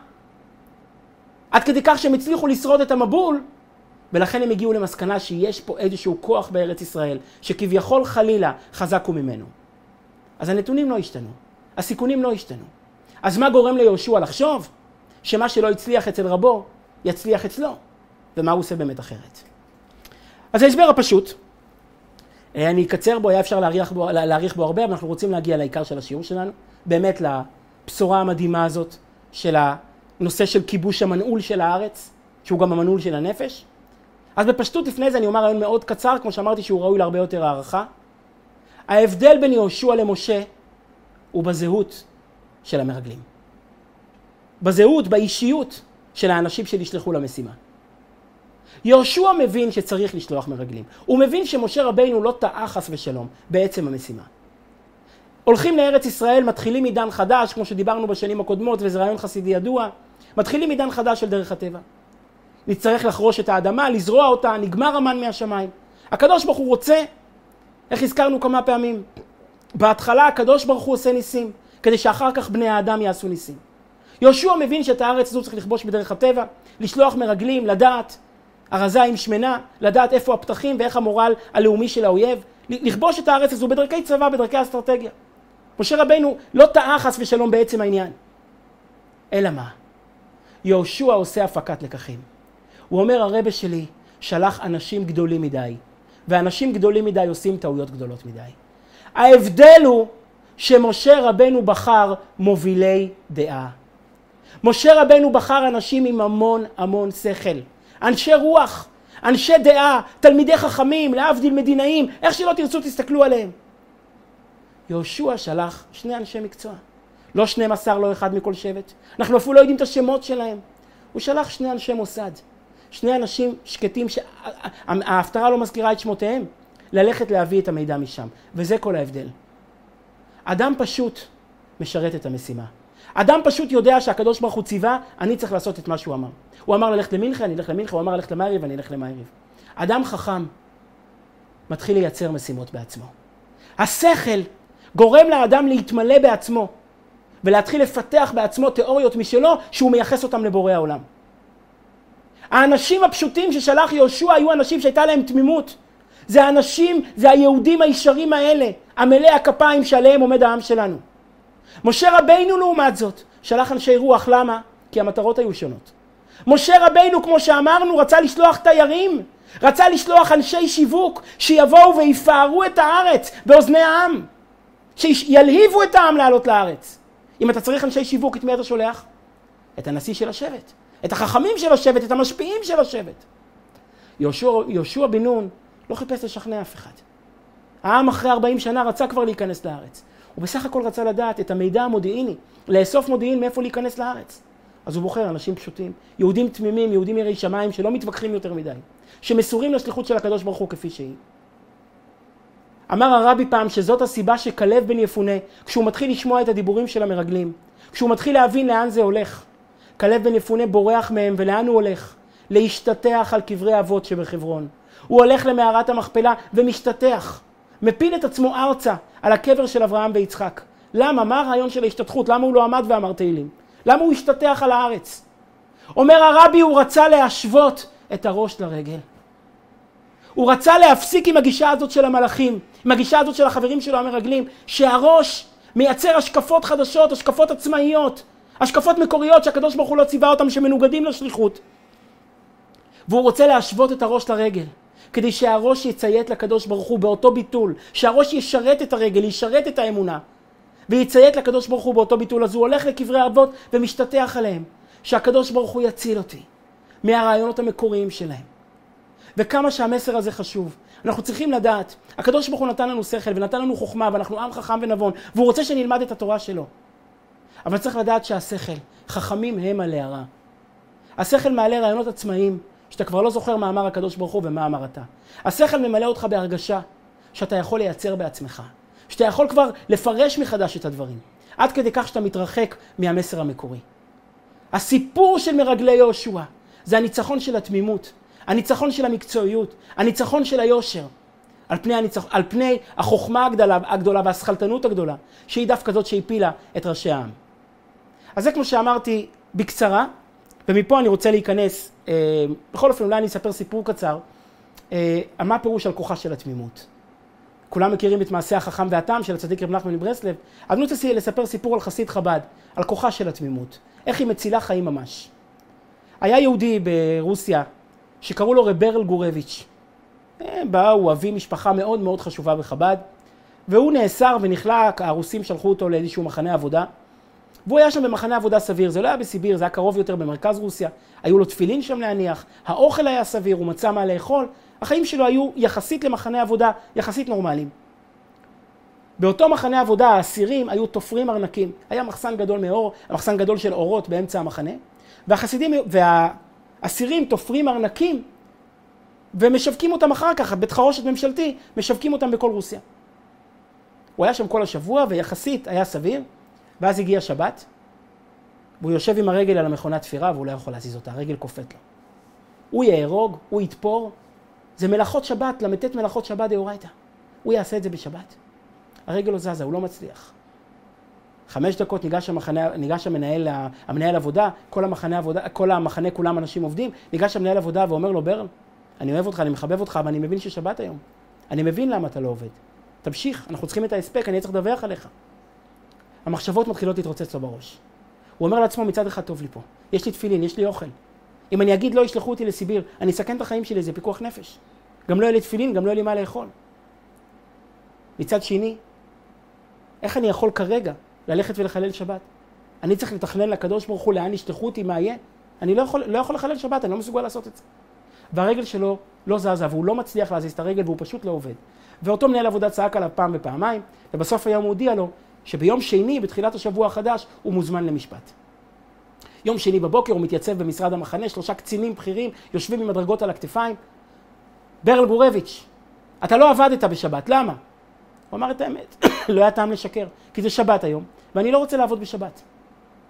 עד כדי כך שהם הצליחו לשרוד את המבול, ולכן הם הגיעו למסקנה שיש פה איזשהו כוח בארץ ישראל, שכביכול חלילה חזקו ממנו. אז הנתונים לא השתנו, הסיכונים לא השתנו. אז מה גורם ליהושע לחשוב? שמה שלא הצליח אצל רבו, יצליח אצלו. ומה הוא עושה באמת אחרת? אז ההסבר הפשוט, אני אקצר בו, היה אפשר להאריך בו הרבה, אבל אנחנו רוצים להגיע לעיקר של השיעור שלנו, באמת לבשורה המדהימה הזאת של הנושא של כיבוש המנעול של הארץ, שהוא גם המנעול של הנפש. אז בפשטות לפני זה אני אומר רעיון מאוד קצר, כמו שאמרתי שהוא ראוי להרבה יותר הערכה. ההבדל בין יהושע למשה הוא בזהות של המרגלים. בזהות, באישיות של האנשים שנשלחו למשימה. יהושע מבין שצריך לשלוח מרגלים. הוא מבין שמשה רבינו לא טעה חס ושלום בעצם המשימה. הולכים לארץ ישראל, מתחילים עידן חדש, כמו שדיברנו בשנים הקודמות, וזה רעיון חסידי ידוע. מתחילים עידן חדש של דרך הטבע. נצטרך לחרוש את האדמה, לזרוע אותה, נגמר המן מהשמיים. הקדוש ברוך הוא רוצה, איך הזכרנו כמה פעמים, בהתחלה הקדוש ברוך הוא עושה ניסים, כדי שאחר כך בני האדם יעשו ניסים. יהושע מבין שאת הארץ הזו צריך לכבוש בדרך הטבע, לשלוח מרגלים, לדעת, הרזה עם שמנה, לדעת איפה הפתחים ואיך המורל הלאומי של האויב, לכבוש את הארץ הזו בדרכי צבא, בדרכי אסטרטגיה. משה רבינו לא טעה חס ושלום בעצם העניין. אלא מה? יהושע עושה הפקת לקחים. הוא אומר, הרבה שלי שלח אנשים גדולים מדי, ואנשים גדולים מדי עושים טעויות גדולות מדי. ההבדל הוא שמשה רבנו בחר מובילי דעה. משה רבנו בחר אנשים עם המון שכל. אנשי רוח, אנשי דעה, תלמידי חכמים, להבדיל מדינאים, איך שלא תרצו תסתכלו עליהם. יהושע שלח שני אנשי מקצוע. לא 12, לא אחד מכל שבט. אנחנו אפילו לא יודעים את השמות שלהם. הוא שלח שני אנשי מוסד. שני אנשים שקטים שההפטרה לא מזכירה את שמותיהם, ללכת להביא את המידע משם. וזה כל ההבדל. אדם פשוט משרת את המשימה. אדם פשוט יודע שהקדוש ברוך הוא ציווה, אני צריך לעשות את מה שהוא אמר. הוא אמר ללכת למנחה, אני אלך למנחה, הוא אמר ללכת למעריב, אני אלך למעריב. אדם חכם מתחיל לייצר משימות בעצמו. השכל גורם לאדם להתמלא בעצמו, ולהתחיל לפתח בעצמו תיאוריות משלו, שהוא מייחס אותם לבורא העולם. האנשים הפשוטים ששלח יהושע היו אנשים שהייתה להם תמימות. זה האנשים, זה היהודים הישרים האלה, המלא הכפיים שעליהם עומד העם שלנו. משה רבינו לעומת זאת, שלח אנשי רוח, למה? כי המטרות היו שונות. משה רבינו, כמו שאמרנו, רצה לשלוח תיירים, רצה לשלוח אנשי שיווק שיבואו ויפארו את הארץ באוזני העם, שילהיבו את העם לעלות לארץ. אם אתה צריך אנשי שיווק, את מי אתה שולח? את הנשיא של השבט, את החכמים של השבט, את המשפיעים של השבט. יהושע בן נון לא חיפש לשכנע אף אחד. העם אחרי 40 שנה רצה כבר להיכנס לארץ. הוא בסך הכל רצה לדעת את המידע המודיעיני, לאסוף מודיעין מאיפה להיכנס לארץ. אז הוא בוחר אנשים פשוטים, יהודים תמימים, יהודים יראי שמיים, שלא מתווכחים יותר מדי, שמסורים לשליחות של הקדוש ברוך הוא כפי שהיא. אמר הרבי פעם שזאת הסיבה שכלב בן יפונה, כשהוא מתחיל לשמוע את הדיבורים של המרגלים, כשהוא מתחיל להבין לאן זה הולך, כלב בן יפונה בורח מהם, ולאן הוא הולך? להשתטח על קברי אבות שבחברון. הוא הולך למערת המכפלה ומשתטח, מפיל את עצמו ארצה על הקבר של אברהם ויצחק. למה? מה הרעיון של ההשתתחות? למה הוא לא עמד ואמר תהילים? למה הוא השתטח על הארץ? אומר הרבי, הוא רצה להשוות את הראש לרגל. הוא רצה להפסיק עם הגישה הזאת של המלאכים, עם הגישה הזאת של החברים שלו המרגלים, שהראש מייצר השקפות חדשות, השקפות עצמאיות, השקפות מקוריות שהקדוש ברוך הוא לא ציווה אותם, שמנוגדים לשליחות. והוא רוצה להשוות את הראש לרגל, כדי שהראש יציית לקדוש ברוך הוא באותו ביטול, שהראש ישרת את הרגל, ישרת את האמונה, ויציית לקדוש ברוך הוא באותו ביטול. אז הוא הולך לקברי אבות ומשתטח עליהם, שהקדוש ברוך הוא יציל אותי מהרעיונות המקוריים שלהם. וכמה שהמסר הזה חשוב, אנחנו צריכים לדעת, הקדוש ברוך הוא נתן לנו שכל ונתן לנו חוכמה, ואנחנו עם חכם ונבון, והוא רוצה שנלמד את התורה שלו. אבל צריך לדעת שהשכל, חכמים הם הלהרה. השכל מעלה רעיונות עצמאיים, שאתה כבר לא זוכר מה אמר הקדוש ברוך הוא ומה אמר אתה. השכל ממלא אותך בהרגשה שאתה יכול לייצר בעצמך, שאתה יכול כבר לפרש מחדש את הדברים, עד כדי כך שאתה מתרחק מהמסר המקורי. הסיפור של מרגלי יהושע זה הניצחון של התמימות, הניצחון של המקצועיות, הניצחון של היושר, על פני החוכמה הגדולה והשכלתנות הגדולה, שהיא דווקא זאת שהפילה את ראשי העם. אז זה כמו שאמרתי בקצרה, ומפה אני רוצה להיכנס, בכל אופן אולי אני אספר סיפור קצר, מה פירוש על כוחה של התמימות. כולם מכירים את מעשה החכם והטעם של הצדיק רב נחמן מברסלב, אבל אני רוצה לספר סיפור על חסיד חב"ד, על כוחה של התמימות, איך היא מצילה חיים ממש. היה יהודי ברוסיה, שקראו לו רב ברל גורביץ'. הוא אבי משפחה מאוד מאוד חשובה בחב"ד, והוא נאסר ונחלק, הרוסים שלחו אותו לאיזשהו מחנה עבודה, והוא היה שם במחנה עבודה סביר, זה לא היה בסיביר, זה היה קרוב יותר במרכז רוסיה, היו לו תפילין שם להניח, האוכל היה סביר, הוא מצא מה לאכול, החיים שלו היו יחסית למחנה עבודה, יחסית נורמליים. באותו מחנה עבודה האסירים היו תופרים ארנקים, היה מחסן גדול מאור, מחסן גדול של אורות באמצע המחנה, והאסירים תופרים ארנקים, ומשווקים אותם אחר כך, בית חרושת ממשלתי, משווקים אותם בכל רוסיה. הוא היה שם כל השבוע ויחסית היה סביר, ואז הגיע שבת, והוא יושב עם הרגל על המכונת תפירה, והוא לא יכול להזיז אותה, הרגל קופאת לו. הוא יהרוג, הוא יתפור, זה מלאכות שבת, למתת מלאכות שבת דאורייתא. הוא יעשה את זה בשבת. הרגל לא זזה, הוא לא מצליח. 5 דקות ניגש המנהל עבודה, כל המחנה כולם אנשים עובדים, ניגש המנהל עבודה ואומר לו, ברל, אני אוהב אותך, אני מחבב אותך, אבל אני מבין ששבת היום. אני מבין למה אתה לא עובד. תמשיך, אנחנו צריכים את ההספק, אני צריך לדווח עליך. המחשבות מתחילות להתרוצץ לו בראש. הוא אומר לעצמו, מצד אחד טוב לי פה. יש לי תפילין, יש לי אוכל. אם אני אגיד לא ישלחו אותי לסיביר, אני אסכן את החיים שלי, זה פיקוח נפש. גם לא יהיה לי תפילין, גם לא יהיה לי מה לאכול. מצד שני, איך אני יכול כרגע ללכת ולחלל שבת? אני צריך לתכנן לקדוש ברוך הוא לאן ישלחו אותי, מה יהיה? אני לא יכול לחלל שבת, אני לא מסוגל לעשות את זה. והרגל שלו לא זזה, והוא לא מצליח להזיז את הרגל, והוא פשוט לא עובד. ואותו מנהל עבודה צעק עליו פעם ופעמיים, ובסוף היום הוא הודיע לו שביום שני, בתחילת השבוע החדש, הוא מוזמן למשפט. יום שני בבוקר הוא מתייצב במשרד המחנה, 3 קצינים בכירים יושבים עם מדרגות על הכתפיים. ברל גורביץ', אתה לא עבדת בשבת, למה? הוא אמר את האמת, לא היה טעם לשקר, כי זה שבת היום, ואני לא רוצה לעבוד בשבת.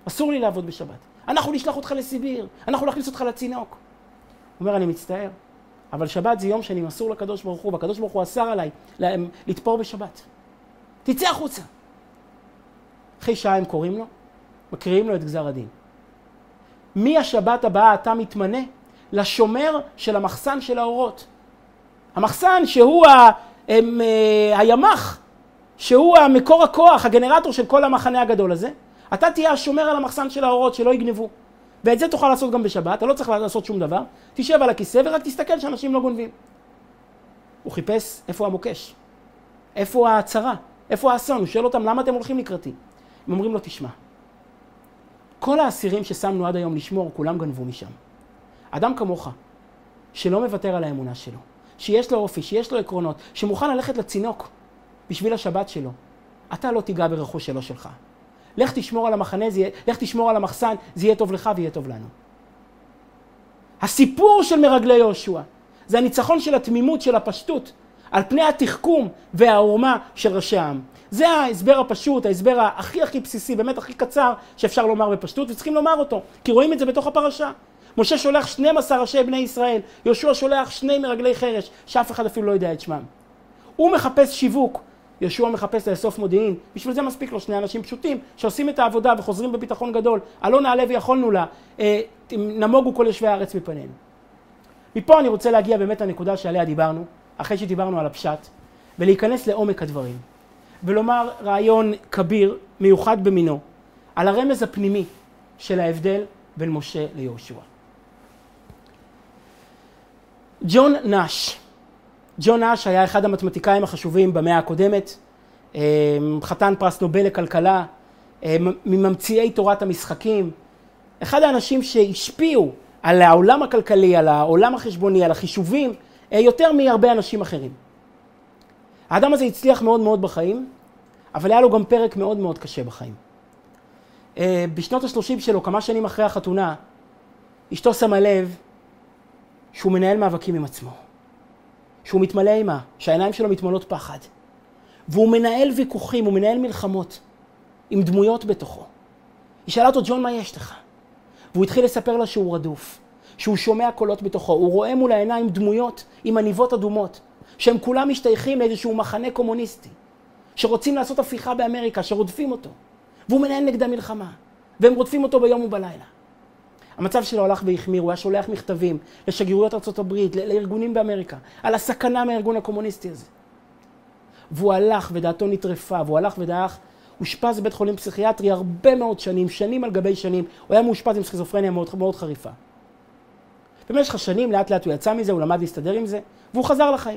אסור לי לעבוד בשבת. אנחנו נשלח אותך לסיביר, אנחנו נכניס אותך לצינוק. הוא אומר, אני מצטער, אבל שבת זה יום שאני מסור לקדוש ברוך הוא, והקדוש ברוך הוא אסר עליי לתפור בשבת. תצא החוצה. אחרי שעה הם קוראים לו, מקריאים לו את גזר הדין. מהשבת הבאה אתה מתמנה לשומר של המחסן של האורות. המחסן שהוא הימח, שהוא המקור הכוח, הגנרטור של כל המחנה הגדול הזה. אתה תהיה השומר על המחסן של האורות שלא יגנבו. ואת זה תוכל לעשות גם בשבת, אתה לא צריך לעשות שום דבר. תשב על הכיסא ורק תסתכל שאנשים לא גונבים. הוא חיפש איפה המוקש, איפה ההצרה, איפה האסון. הוא שואל אותם, למה אתם הולכים לקראתי? הם אומרים לו, תשמע, כל האסירים ששמנו עד היום לשמור, כולם גנבו משם. אדם כמוך, שלא מוותר על האמונה שלו, שיש לו אופי, שיש לו עקרונות, שמוכן ללכת לצינוק בשביל השבת שלו, אתה לא תיגע ברכוש שלך. לך תשמור על המחנה, לך תשמור על המחסן, זה יהיה טוב לך ויהיה טוב לנו. הסיפור של מרגלי יהושע, זה הניצחון של התמימות, של הפשטות, על פני התחכום והעורמה של ראשי העם. זה ההסבר הפשוט, ההסבר הכי בסיסי, באמת הכי קצר שאפשר לומר בפשטות, וצריכים לומר אותו, כי רואים את זה בתוך הפרשה. משה שולח 12 ראשי בני ישראל, יהושע שולח 2 מרגלי חרש, שאף אחד אפילו לא יודע את שמם. הוא מחפש שיווק, יהושע מחפש לאסוף מודיעין, בשביל זה מספיק לו 2 אנשים פשוטים, שעושים את העבודה וחוזרים בביטחון גדול, עלו נעלה ויכולנו לה, נמוגו כל יושבי הארץ מפנינו. מפה אני רוצה להגיע באמת לנקודה שעליה דיברנו, אחרי שדיברנו על הפשט, ולהיכנס לעומק הדברים, ולומר רעיון כביר, מיוחד במינו, על הרמז הפנימי של ההבדל בין משה ליהושע. ג'ון נאש היה אחד המתמטיקאים החשובים במאה הקודמת, חתן פרס נובל לכלכלה, מממציאי תורת המשחקים, אחד האנשים שהשפיעו על העולם הכלכלי, על העולם החשבוני, על החישובים, יותר מהרבה אנשים אחרים. האדם הזה הצליח מאוד מאוד בחיים, אבל היה לו גם פרק מאוד מאוד קשה בחיים. בשנות ה-30 שלו, כמה שנים אחרי החתונה, אשתו שמה לב שהוא מנהל מאבקים עם עצמו. שהוא מתמלא אימה, שהעיניים שלו מתמלאות פחד. והוא מנהל ויכוחים, הוא מנהל מלחמות עם דמויות בתוכו. היא שאלה אותו, ג'ון, מה יש לך? והוא התחיל לספר לה שהוא רדוף, שהוא שומע קולות בתוכו, הוא רואה מול העיניים דמויות עם עניבות אדומות, שהם כולם משתייכים לאיזשהו מחנה קומוניסטי, שרוצים לעשות הפיכה באמריקה, שרודפים אותו. והוא מנהל נגדם מלחמה, והם רודפים אותו ביום ובלילה. המצב שלו הלך והחמיר, הוא היה שולח מכתבים לשגרירויות ארצות הברית, לארגונים באמריקה, על הסכנה מהארגון הקומוניסטי הזה. והוא הלך ודעתו נטרפה, והוא הלך ודעך, הוא אושפז בבית חולים פסיכיאטרי הרבה מאוד שנים, שנים על גבי שנים, הוא היה מאושפז עם סכיזופרניה מאוד, מאוד חריפה. במשך השנים, לאט לאט הוא יצא מזה, הוא למד להסתדר עם זה, והוא חזר לחיים.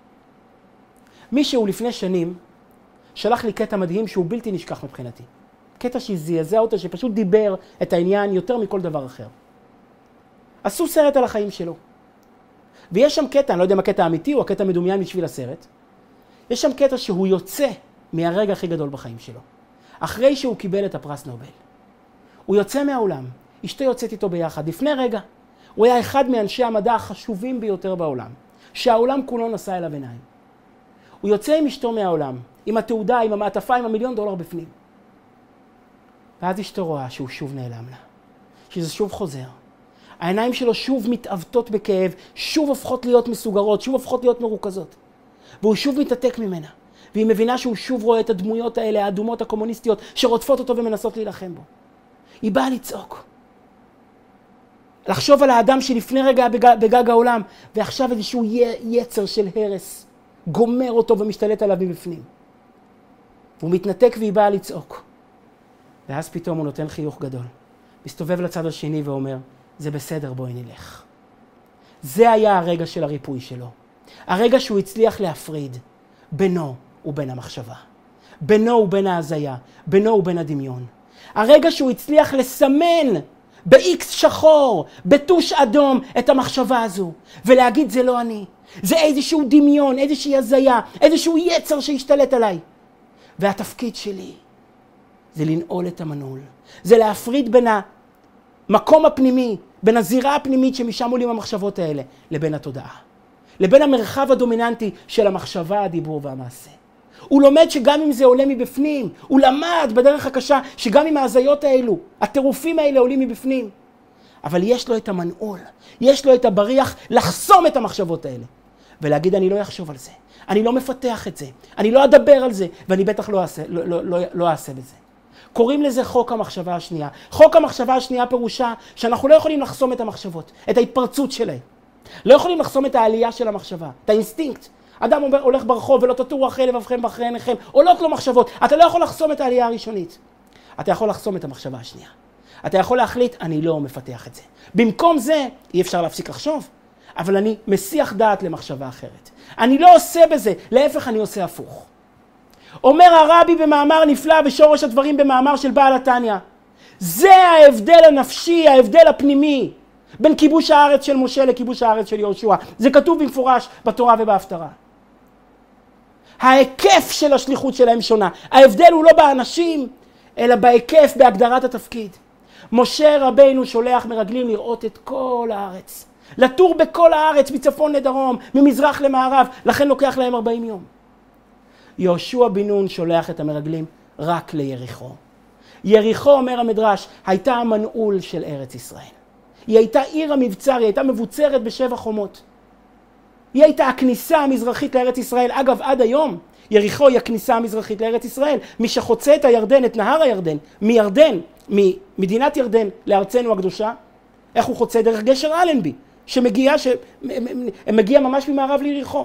מישהו לפני שנים שלח לי קטע מדהים שהוא בלתי נשכח מבחינתי. קטע שזעזע אותו, שפשוט דיבר את העניין יותר מכל דבר אחר. עשו סרט על החיים שלו. ויש שם קטע, אני לא יודע אם הקטע האמיתי או הקטע מדומיין בשביל הסרט, יש שם קטע שהוא יוצא מהרגע הכי גדול בחיים שלו. אחרי שהוא קיבל את הפרס נובל. הוא יוצא מהעולם, אשתו יוצאת איתו ביחד. לפני רגע, הוא היה אחד מאנשי המדע החשובים ביותר בעולם, שהעולם כולו נשא אליו עיניים. הוא יוצא עם אשתו מהעולם, עם התעודה, עם המעטפה, עם $1,000,000 בפנים. ואז אשתו רואה שהוא שוב נעלם לה, שזה שוב חוזר. העיניים שלו שוב מתעוותות בכאב, שוב הופכות להיות מסוגרות, שוב הופכות להיות מרוכזות. והוא שוב מתעתק ממנה, והיא מבינה שהוא שוב רואה את הדמויות האלה, האדומות הקומוניסטיות, שרודפות אותו ומנסות להילחם בו. היא באה לצעוק. לחשוב על האדם שלפני רגע בגג העולם, ועכשיו איזשהו יצר של הרס, גומר אותו ומשתלט עליו מבפנים. והוא מתנתק והיא באה לצעוק. ואז פתאום הוא נותן חיוך גדול. מסתובב לצד השני ואומר, זה בסדר, בואי נלך. זה היה הרגע של הריפוי שלו. הרגע שהוא הצליח להפריד בינו ובין המחשבה. בינו ובין ההזיה. בינו ובין הדמיון. הרגע שהוא הצליח לסמן ב-X שחור, בטוש אדום, את המחשבה הזו. ולהגיד, זה לא אני. זה איזשהו דמיון, איזושהי הזיה, איזשהו יצר שהשתלט עליי. והתפקיד שלי זה לנעול את המנעול. זה להפריד בין המקום הפנימי, בין הזירה הפנימית שמשם עולים המחשבות האלה, לבין התודעה. לבין המרחב הדומיננטי של המחשבה, הדיבור והמעשה. הוא לומד שגם אם זה עולה מבפנים, הוא למד בדרך הקשה שגם אם ההזיות האלו, הטירופים האלה עולים מבפנים. אבל יש לו את המנעול, יש לו את הבריח לחסום את המחשבות האלה. ולהגיד אני לא אחשוב על זה, אני לא מפתח את זה, אני לא אדבר על זה, ואני בטח לא אעשה בזה. קוראים לזה חוק המחשבה השנייה. חוק המחשבה השנייה פירושה שאנחנו לא יכולים לחסום את המחשבות, את ההתפרצות שלהם. לא יכולים לחסום את העלייה של המחשבה, את האינסטינקט. אדם הולך ברחוב ולא תטורו אחרי לבבכם ואחרי עיניכם, עולות לו מחשבות. אתה לא יכול לחסום את העלייה הראשונית. אתה יכול לחסום את המחשבה השנייה. אתה יכול להחליט, אני לא מפתח את זה. במקום זה, אי אפשר להפסיק לחשוב, אבל אני מסיח דעת למחשבה אחרת. אני לא עושה בזה, להפך אני עושה הפוך. אומר הרבי במאמר נפלא בשורש הדברים במאמר של בעל התניא, זה ההבדל הנפשי, ההבדל הפנימי, בין כיבוש הארץ של משה לכיבוש הארץ של יהושע. זה כתוב במפורש בתורה ובהפטרה. ההיקף של השליחות שלהם שונה. ההבדל הוא לא באנשים, אלא בהיקף, בהגדרת התפקיד. משה רבינו שולח מרגלים לראות את כל הארץ. לטור בכל הארץ, מצפון לדרום, ממזרח למערב, לכן לוקח להם 40 יום. יהושע בן נון שולח את המרגלים רק ליריחו. יריחו, אומר המדרש, הייתה המנעול של ארץ ישראל. היא הייתה עיר המבצר, היא הייתה מבוצרת ב7 חומות. היא הייתה הכניסה המזרחית לארץ ישראל. אגב, עד היום, יריחו היא הכניסה המזרחית לארץ ישראל. מי שחוצה את הירדן, את נהר הירדן, מירדן, ממדינת ירדן לארצנו הקדושה, איך הוא חוצה? דרך גשר אלנבי, שמגיע ממש ממערב ליריחו.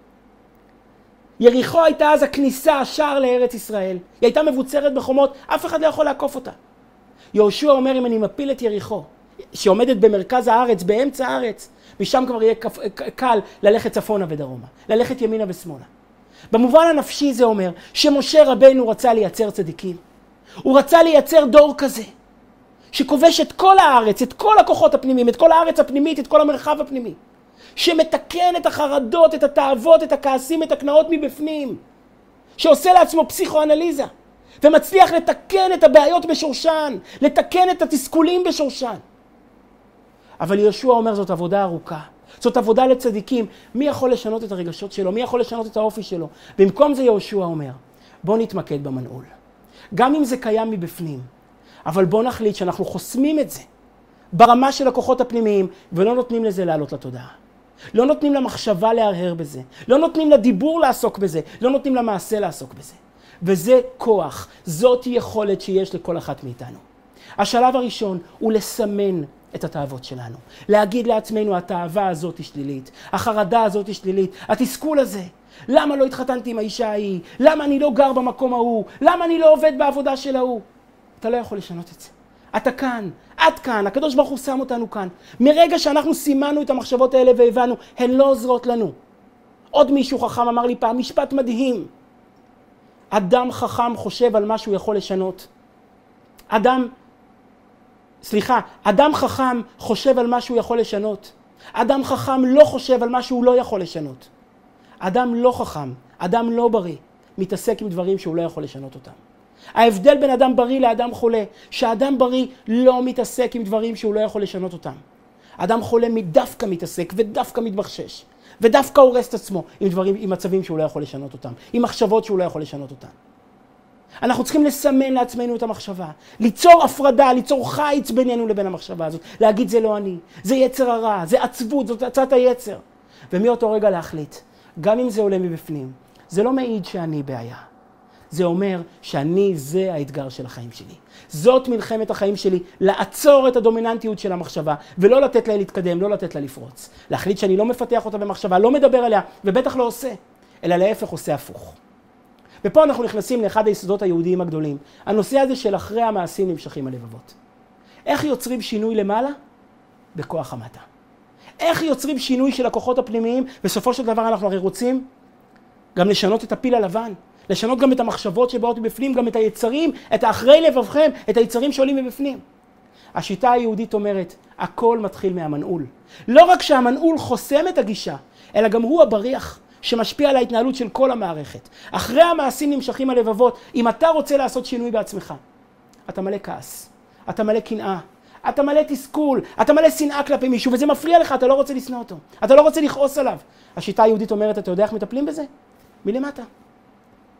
יריחו הייתה אז הכניסה, השער לארץ ישראל. היא הייתה מבוצרת בחומות, אף אחד לא יכול לעקוף אותה. יהושע אומר, אם אני מפיל את יריחו, שעומדת במרכז הארץ, באמצע הארץ, משם כבר יהיה קל ללכת צפונה ודרומה, ללכת ימינה ושמאלה. במובן הנפשי זה אומר שמשה רבנו רצה לייצר צדיקים. הוא רצה לייצר דור כזה, שכובש את כל הארץ, את כל הכוחות הפנימיים, את כל הארץ הפנימית, את כל המרחב הפנימי. שמתקן את החרדות, את התאוות, את הכעסים, את הקנאות מבפנים. שעושה לעצמו פסיכואנליזה. ומצליח לתקן את הבעיות בשורשן, לתקן את התסכולים בשורשן. אבל יהושע אומר זאת עבודה ארוכה. זאת עבודה לצדיקים. מי יכול לשנות את הרגשות שלו? מי יכול לשנות את האופי שלו? במקום זה יהושע אומר, בוא נתמקד במנעול. גם אם זה קיים מבפנים. אבל בוא נחליט שאנחנו חוסמים את זה ברמה של הכוחות הפנימיים, ולא נותנים לזה לעלות לתודעה. לא נותנים למחשבה להרהר בזה. לא נותנים לדיבור לעסוק בזה. לא נותנים למעשה לעסוק בזה. וזה כוח. זאת יכולת שיש לכל אחת מאיתנו. השלב הראשון הוא לסמן את התאוות שלנו. להגיד לעצמנו, התאווה הזאת היא שלילית. החרדה הזאת היא שלילית. התסכול הזה. למה לא התחתנתי עם האישה ההיא? למה אני לא גר במקום ההוא? למה אני לא עובד בעבודה של ההוא? אתה לא יכול לשנות את זה. אתה כאן, את כאן, הקדוש ברוך הוא שם אותנו כאן. מרגע שאנחנו סימנו את המחשבות האלה והבנו, הן לא עוזרות לנו. עוד מישהו חכם אמר לי פעם, משפט מדהים. אדם חכם חושב על מה שהוא יכול לשנות. אדם חכם חושב על מה שהוא יכול לשנות. אדם חכם לא חושב על מה שהוא לא יכול לשנות. אדם לא חכם, אדם לא בריא, מתעסק עם דברים שהוא לא יכול לשנות אותם. ההבדל בין אדם בריא לאדם חולה, שאדם בריא לא מתעסק עם דברים שהוא לא יכול לשנות אותם. אדם חולה דווקא מתעסק ודווקא מתבחשש, ודווקא הורס את עצמו עם מצבים שהוא לא יכול לשנות אותם, עם מחשבות שהוא לא יכול לשנות אותם. אנחנו צריכים לסמן לעצמנו את המחשבה, ליצור הפרדה, ליצור חיץ בינינו לבין המחשבה הזאת, להגיד זה לא אני, זה יצר הרע, זה עצבות, זאת הצעת היצר. ומאותו רגע להחליט, גם אם זה עולה מבפנים, זה לא מעיד שאני בעיה. זה אומר שאני זה האתגר של החיים שלי. זאת מלחמת החיים שלי, לעצור את הדומיננטיות של המחשבה, ולא לתת לה להתקדם, לא לתת לה לפרוץ. להחליט שאני לא מפתח אותה במחשבה, לא מדבר עליה, ובטח לא עושה, אלא להפך עושה הפוך. ופה אנחנו נכנסים לאחד היסודות היהודיים הגדולים. הנושא הזה של אחרי המעשים נמשכים הלבבות. איך יוצרים שינוי למעלה? בכוח המטה. איך יוצרים שינוי של הכוחות הפנימיים? בסופו של דבר אנחנו הרי רוצים גם לשנות את הפיל הלבן. לשנות גם את המחשבות שבאות מבפנים, גם את היצרים, את האחרי לבבכם, את היצרים שעולים מבפנים. השיטה היהודית אומרת, הכל מתחיל מהמנעול. לא רק שהמנעול חוסם את הגישה, אלא גם הוא הבריח שמשפיע על ההתנהלות של כל המערכת. אחרי המעשים נמשכים הלבבות, אם אתה רוצה לעשות שינוי בעצמך, אתה מלא כעס, אתה מלא קנאה, אתה מלא תסכול, אתה מלא שנאה כלפי מישהו, וזה מפריע לך, אתה לא רוצה לשנוא אותו, אתה לא רוצה לכעוס עליו. השיטה היהודית אומרת, אתה יודע איך מטפלים בזה? מלמטה.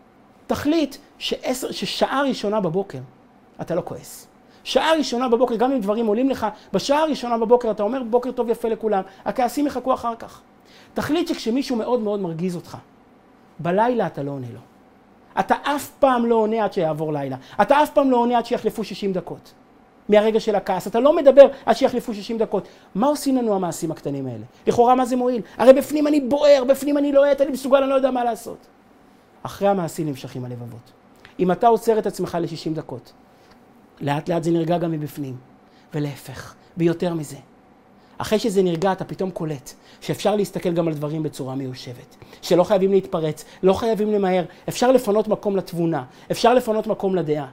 תחליט ששעה ראשונה בבוקר אתה לא כועס. שעה ראשונה בבוקר, גם אם דברים עולים לך, בשעה הראשונה בבוקר אתה אומר בוקר טוב יפה לכולם, הכעסים יחכו אחר כך. תחליט שכשמישהו מאוד מאוד מרגיז אותך, בלילה אתה לא עונה לו. אתה אף פעם לא עונה עד שיעבור לילה. אתה אף פעם לא עונה עד שיחלפו 60 דקות. מהרגע של הכעס. אתה לא מדבר עד שיחלפו 60 דקות. מה עושים לנו המעשים הקטנים האלה? לכאורה מה זה מועיל? הרי בפנים אני בוער, בפנים אני לוהט, אני מסוגל, אני לא יודע מה לעשות. אחרי המעשים נמשכים הלבבות. אם אתה עוצר את עצמך ל-60 דקות, לאט לאט זה נרגע גם מבפנים. ולהפך, ויותר מזה. אחרי שזה נרגע, אתה פתאום קולט שאפשר להסתכל גם על דברים בצורה מיושבת. שלא חייבים להתפרץ, לא חייבים למהר. אפשר לפנות מקום לתבונה, אפשר לפנות מקום לדעה.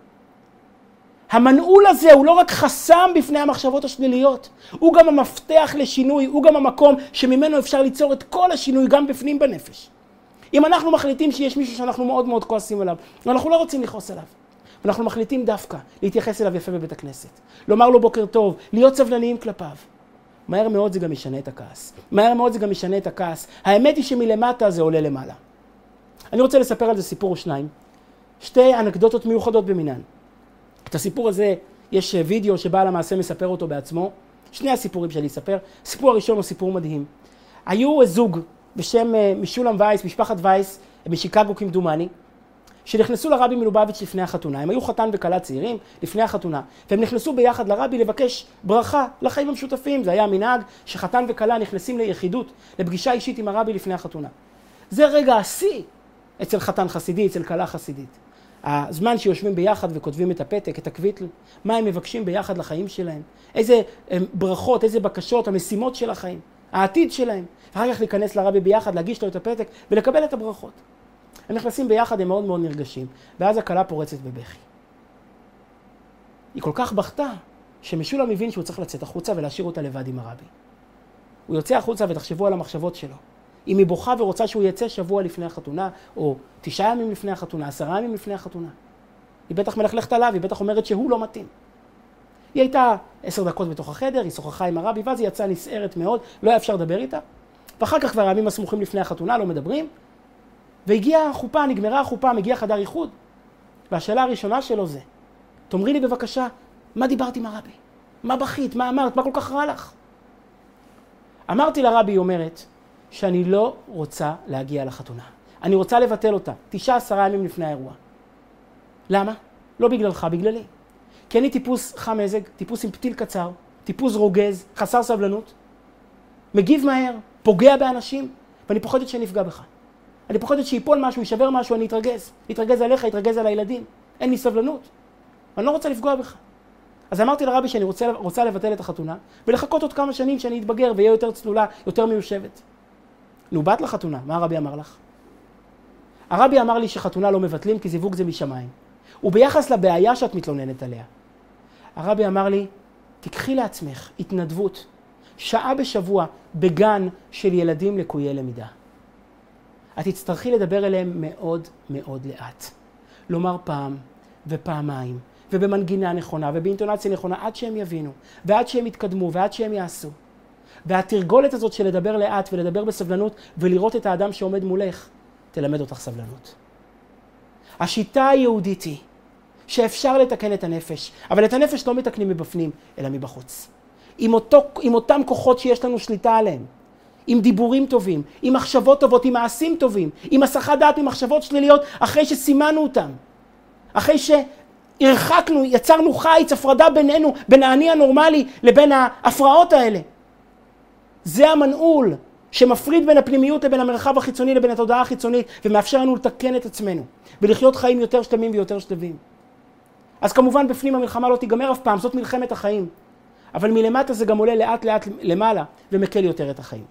המנעול הזה הוא לא רק חסם בפני המחשבות השליליות, הוא גם המפתח לשינוי, הוא גם המקום שממנו אפשר ליצור את כל השינוי גם בפנים בנפש. אם אנחנו מחליטים שיש מישהו שאנחנו מאוד מאוד כועסים עליו, ואנחנו לא רוצים לכעוס עליו, ואנחנו מחליטים דווקא להתייחס אליו יפה בבית הכנסת, לומר לו בוקר טוב, להיות סבלניים כלפיו, מהר מאוד זה גם ישנה את הכעס. מהר מאוד זה גם ישנה את הכעס. האמת היא שמלמטה זה עולה למעלה. אני רוצה לספר על זה סיפור או שניים. שתי אנקדוטות מיוחדות במינן. את הסיפור הזה, יש וידאו שבעל המעשה מספר אותו בעצמו. שני הסיפורים שאני אספר. הסיפור הראשון הוא סיפור מדהים. היו זוג בשם משולם וייס, משפחת וייס, משיקגו כמדומני, שנכנסו לרבי מלובביץ' לפני החתונה. הם היו חתן וכלה צעירים לפני החתונה, והם נכנסו ביחד לרבי לבקש ברכה לחיים המשותפים. זה היה מנהג שחתן וכלה נכנסים ליחידות, לפגישה אישית עם הרבי לפני החתונה. זה רגע השיא אצל חתן חסידי, אצל כלה חסידית. הזמן שיושבים ביחד וכותבים את הפתק, את הקוויטל, מה הם מבקשים ביחד לחיים שלהם, איזה ברכות, איזה בקשות, המשימות של החיים, העתיד שלהם. ואחר כך להיכנס לרבי ביחד, להגיש לו את הפתק ולקבל את הברכות. הם נכנסים ביחד, הם מאוד מאוד נרגשים, ואז הכלה פורצת בבכי. היא כל כך בכתה, שמשולם מבין שהוא צריך לצאת החוצה ולהשאיר אותה לבד עם הרבי. הוא יוצא החוצה ותחשבו על המחשבות שלו. אם היא בוכה ורוצה שהוא יצא שבוע לפני החתונה, או 9 ימים לפני החתונה, 10 ימים לפני החתונה. היא בטח מלכלכת עליו, היא בטח אומרת שהוא לא מתאים. היא הייתה 10 דקות בתוך החדר, היא שוחחה עם הרבי, ואז היא יצאה נסערת מאוד, לא היה אפשר לדבר איתה. ואחר כך כבר הימים הסמוכים לפני החתונה, לא מדברים. והגיעה החופה, נגמרה החופה, מגיע חדר איחוד. והשאלה הראשונה שלו זה, תאמרי לי בבקשה, מה דיברת עם הרבי? מה בכית? מה אמרת? מה כל כך רע לך? אמרתי לרבי, היא אומרת, שאני לא רוצה להגיע לחתונה. אני רוצה לבטל אותה, 9-10 ימים לפני האירוע. למה? לא בגללך, בגללי. כי אני טיפוס חם מזג, טיפוס עם פתיל קצר, טיפוס רוגז, חסר סבלנות, מגיב מהר, פוגע באנשים, ואני פוחדת שנפגע בך. אני פוחדת שיפול משהו, יישבר משהו, אני אתרגז עליך, אתרגז על הילדים. אין לי סבלנות. אני לא רוצה לפגוע בך. אז אמרתי לרבי שאני רוצה לבטל את החתונה, ולחכות עוד כמה שנים שאני אתבגר ויהיה יותר צלולה, יותר מיושבת. נו, באת לחתונה, מה הרבי אמר לך? הרבי אמר לי שחתונה לא מבטלים כי זיווג זה משמיים. וביחס לבעיה שאת מתלוננת עליה. הרבי אמר לי, תקחי לעצמך התנדבות, שעה בשבוע בגן של ילדים לקויי למידה. את תצטרכי לדבר אליהם מאוד מאוד לאט. לומר פעם ופעמיים, ובמנגינה נכונה ובאינטונציה נכונה, עד שהם יבינו, ועד שהם יתקדמו, ועד שהם יעשו. והתרגולת הזאת של לדבר לאט ולדבר בסבלנות ולראות את האדם שעומד מולך, תלמד אותך סבלנות. השיטה היהודית היא שאפשר לתקן את הנפש, אבל את הנפש לא מתקנים מבפנים, אלא מבחוץ. עם אותם כוחות שיש לנו שליטה עליהם. עם דיבורים טובים, עם מחשבות טובות, עם מעשים טובים, עם הסחת דעת ממחשבות שליליות, אחרי שסימנו אותם. אחרי שהרחקנו, יצרנו חיץ, הפרדה בינינו, בין האני הנורמלי לבין ההפרעות האלה. זה המנעול שמפריד בין הפנימיות לבין המרחב החיצוני לבין התודעה החיצונית, ומאפשר לנו לתקן את עצמנו, ולחיות חיים יותר שלמים ויותר שלבים. אז כמובן בפנים המלחמה לא תיגמר אף פעם, זאת מלחמת החיים. אבל מלמטה זה גם עולה לאט לאט למעלה, ומקל יותר את החיים.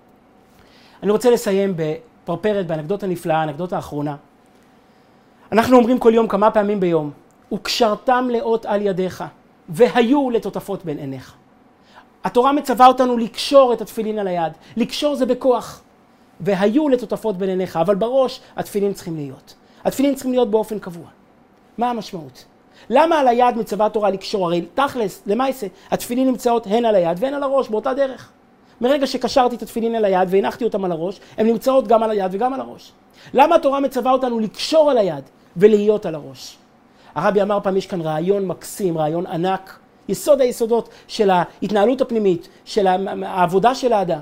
אני רוצה לסיים בפרפרת, באנקדוטה נפלאה, האנקדוטה האחרונה. אנחנו אומרים כל יום כמה פעמים ביום, וקשרתם לאות על ידיך, והיו לטוטפות בין עיניך. התורה מצווה אותנו לקשור את התפילין על היד. לקשור זה בכוח. והיו לטוטפות בין עיניך, אבל בראש התפילין צריכים להיות. התפילין צריכים להיות באופן קבוע. מה המשמעות? למה על היד מצווה התורה לקשור? הרי תכלס, למעשה, התפילין נמצאות הן על היד והן על הראש, באותה דרך. מרגע שקשרתי את התפילין על היד והנחתי אותם על הראש, הן נמצאות גם על היד וגם על הראש. למה התורה מצווה אותנו לקשור על היד? ולהיות על הראש. הרבי אמר פעם, יש כאן רעיון מקסים, רעיון ענק, יסוד היסודות של ההתנהלות הפנימית, של העבודה של האדם.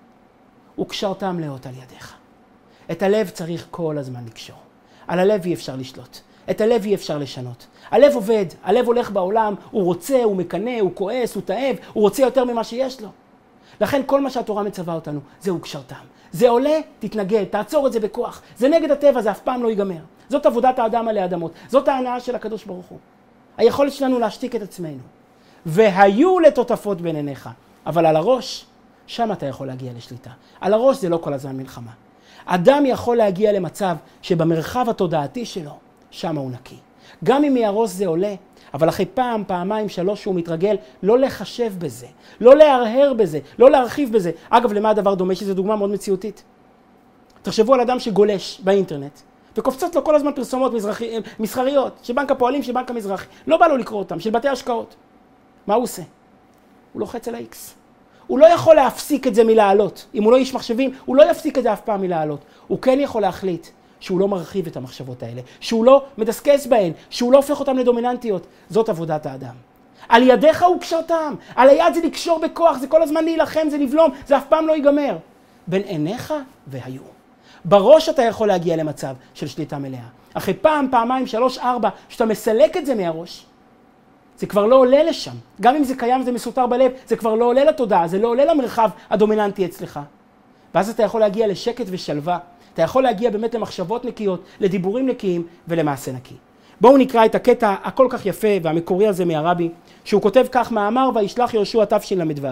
וקשרתם לאות על ידיך. את הלב צריך כל הזמן לקשור. על הלב אי אפשר לשלוט. את הלב אי אפשר לשנות. הלב עובד, הלב הולך בעולם, הוא רוצה, הוא מקנה, הוא כועס, הוא תאב, הוא רוצה יותר ממה שיש לו. לכן כל מה שהתורה מצווה אותנו, זהו קשרתם. זה עולה, תתנגד, תעצור את זה בכוח. זה נגד הטבע, זה אף פעם לא ייגמר. זאת עבודת האדם עלי אדמות. זאת ההנאה של הקדוש ברוך הוא. היכולת שלנו להשתיק את עצמנו. והיו לטוטפות בין עיניך. אבל על הראש, שם אתה יכול להגיע לשליטה. על הראש זה לא כל הזמן מלחמה. אדם יכול להגיע למצב שבמרחב התודעתי שלו, שם הוא נקי. גם אם מהראש זה עולה, אבל אחרי פעם, פעמיים, שלוש הוא מתרגל, לא לחשב בזה, לא להרהר בזה, לא להרחיב בזה. אגב, למה הדבר דומה? שזו דוגמה מאוד מציאותית. תחשבו על אדם שגולש באינטרנט, וקופצות לו כל הזמן פרסומות מסחריות, של בנק הפועלים, של בנק המזרחי. לא בא לו לקרוא אותם, של בתי השקעות. מה הוא עושה? הוא לוחץ על ה-X. הוא לא יכול להפסיק את זה מלעלות. אם הוא לא איש מחשבים, הוא לא יפסיק את זה אף פעם מלעלות. הוא כן יכול להחליט שהוא לא מרחיב את המחשבות האלה, שהוא לא מדסקס בהן, שהוא לא הופך אותן לדומיננטיות. זאת עבודת האדם. על ידיך הוא קשרתם. על היד זה לקשור בכוח, זה כל הזמן להילחם, זה לבלום, זה אף פעם לא ייגמר. בין עיניך והיו. בראש אתה יכול להגיע למצב של שליטה מלאה. אחרי פעם, פעמיים, 3, 4, שאתה מסלק את זה מהראש, זה כבר לא עולה לשם. גם אם זה קיים, זה מסותר בלב, זה כבר לא עולה לתודעה, זה לא עולה למרחב הדומיננטי אצלך. ואז אתה יכול להגיע לשקט ושלווה. אתה יכול להגיע באמת למחשבות נקיות, לדיבורים נקיים ולמעשה נקי. בואו נקרא את הקטע הכל כך יפה והמקורי הזה מהרבי, שהוא כותב כך, מאמר וישלח יהושע תשל"ו.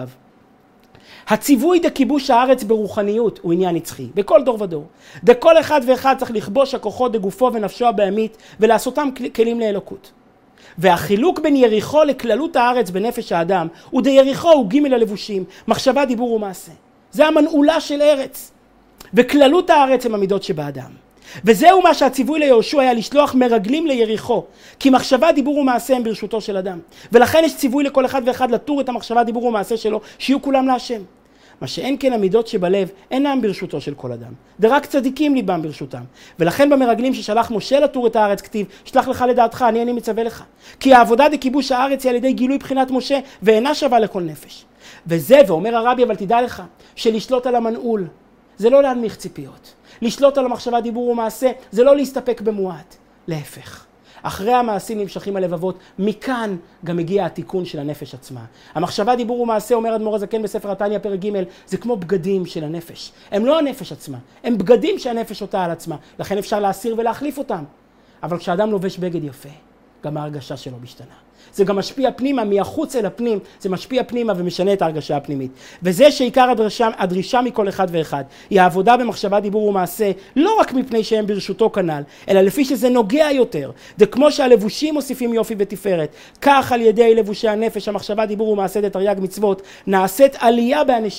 הציווי דכיבוש הארץ ברוחניות הוא עניין נצחי, בכל דור ודור. דכל אחד ואחד צריך לכבוש הכוחות דגופו ונפשו הבהמית ולעשותם כלים לאלוקות. והחילוק בין יריחו לכללות הארץ בנפש האדם, ודיריחו הוא ג' הלבושים, מחשבה, דיבור ומעשה. זה המנעולה של ארץ. וכללות הארץ הם המידות שבאדם. וזהו מה שהציווי ליהושע היה לשלוח מרגלים ליריחו, כי מחשבה, דיבור ומעשה הם ברשותו של אדם. ולכן יש ציווי לכל אחד ואחד לתור את המחשבה, דיבור ומעשה שלו, שיהיו כולם להשם. מה שאין כן המידות שבלב אינם ברשותו של כל אדם. דרק צדיקים ליבם ברשותם. ולכן במרגלים ששלח משה לתור את הארץ כתיב, שלח לך לדעתך, אני מצווה לך. כי העבודה דכיבוש הארץ היא על ידי גילוי בחינת משה, ואינה שווה לכל נפש. וזה, ואומר הרבי, אבל תדע לך, שלשלוט על המנעול, זה לא להנמיך ציפיות. לשלוט על המחשבה, דיבור ומעשה, זה לא להסתפק במועט. להפך. אחרי המעשים נמשכים הלבבות, מכאן גם מגיע התיקון של הנפש עצמה. המחשבה, דיבור ומעשה, אומר אדמו"ר הזקן בספר התניא פרק ג', זה כמו בגדים של הנפש. הם לא הנפש עצמה, הם בגדים שהנפש אותה על עצמה. לכן אפשר להסיר ולהחליף אותם. אבל כשאדם לובש בגד יפה, גם ההרגשה שלו משתנה. זה גם משפיע פנימה, מהחוץ אל הפנים, זה משפיע פנימה ומשנה את ההרגשה הפנימית. וזה שעיקר הדרישה מכל אחד ואחד, היא העבודה במחשבה, דיבור ומעשה, לא רק מפני שהם ברשותו כנ"ל, אלא לפי שזה נוגע יותר. וכמו שהלבושים מוסיפים יופי ותפארת, כך על ידי לבושי הנפש, המחשבה, דיבור ומעשה דתרי"ג מצוות, נעשית עלייה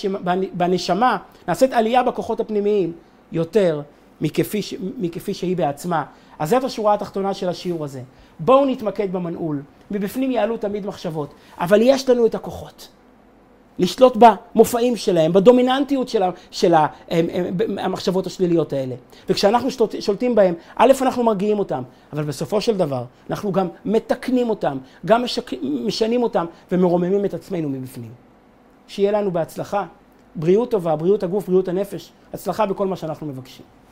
בנשמה, נעשית עלייה בכוחות הפנימיים, יותר מכפי שהיא בעצמה. אז זאת השורה התחתונה של השיעור הזה. בואו נתמקד במנעול. מבפנים יעלו תמיד מחשבות, אבל יש לנו את הכוחות. לשלוט במופעים שלהם, בדומיננטיות של המחשבות השליליות האלה. וכשאנחנו שולטים בהם, א', אנחנו מרגיעים אותם, אבל בסופו של דבר אנחנו גם מתקנים אותם, גם משנים אותם ומרוממים את עצמנו מבפנים. שיהיה לנו בהצלחה, בריאות טובה, בריאות הגוף, בריאות הנפש, הצלחה בכל מה שאנחנו מבקשים.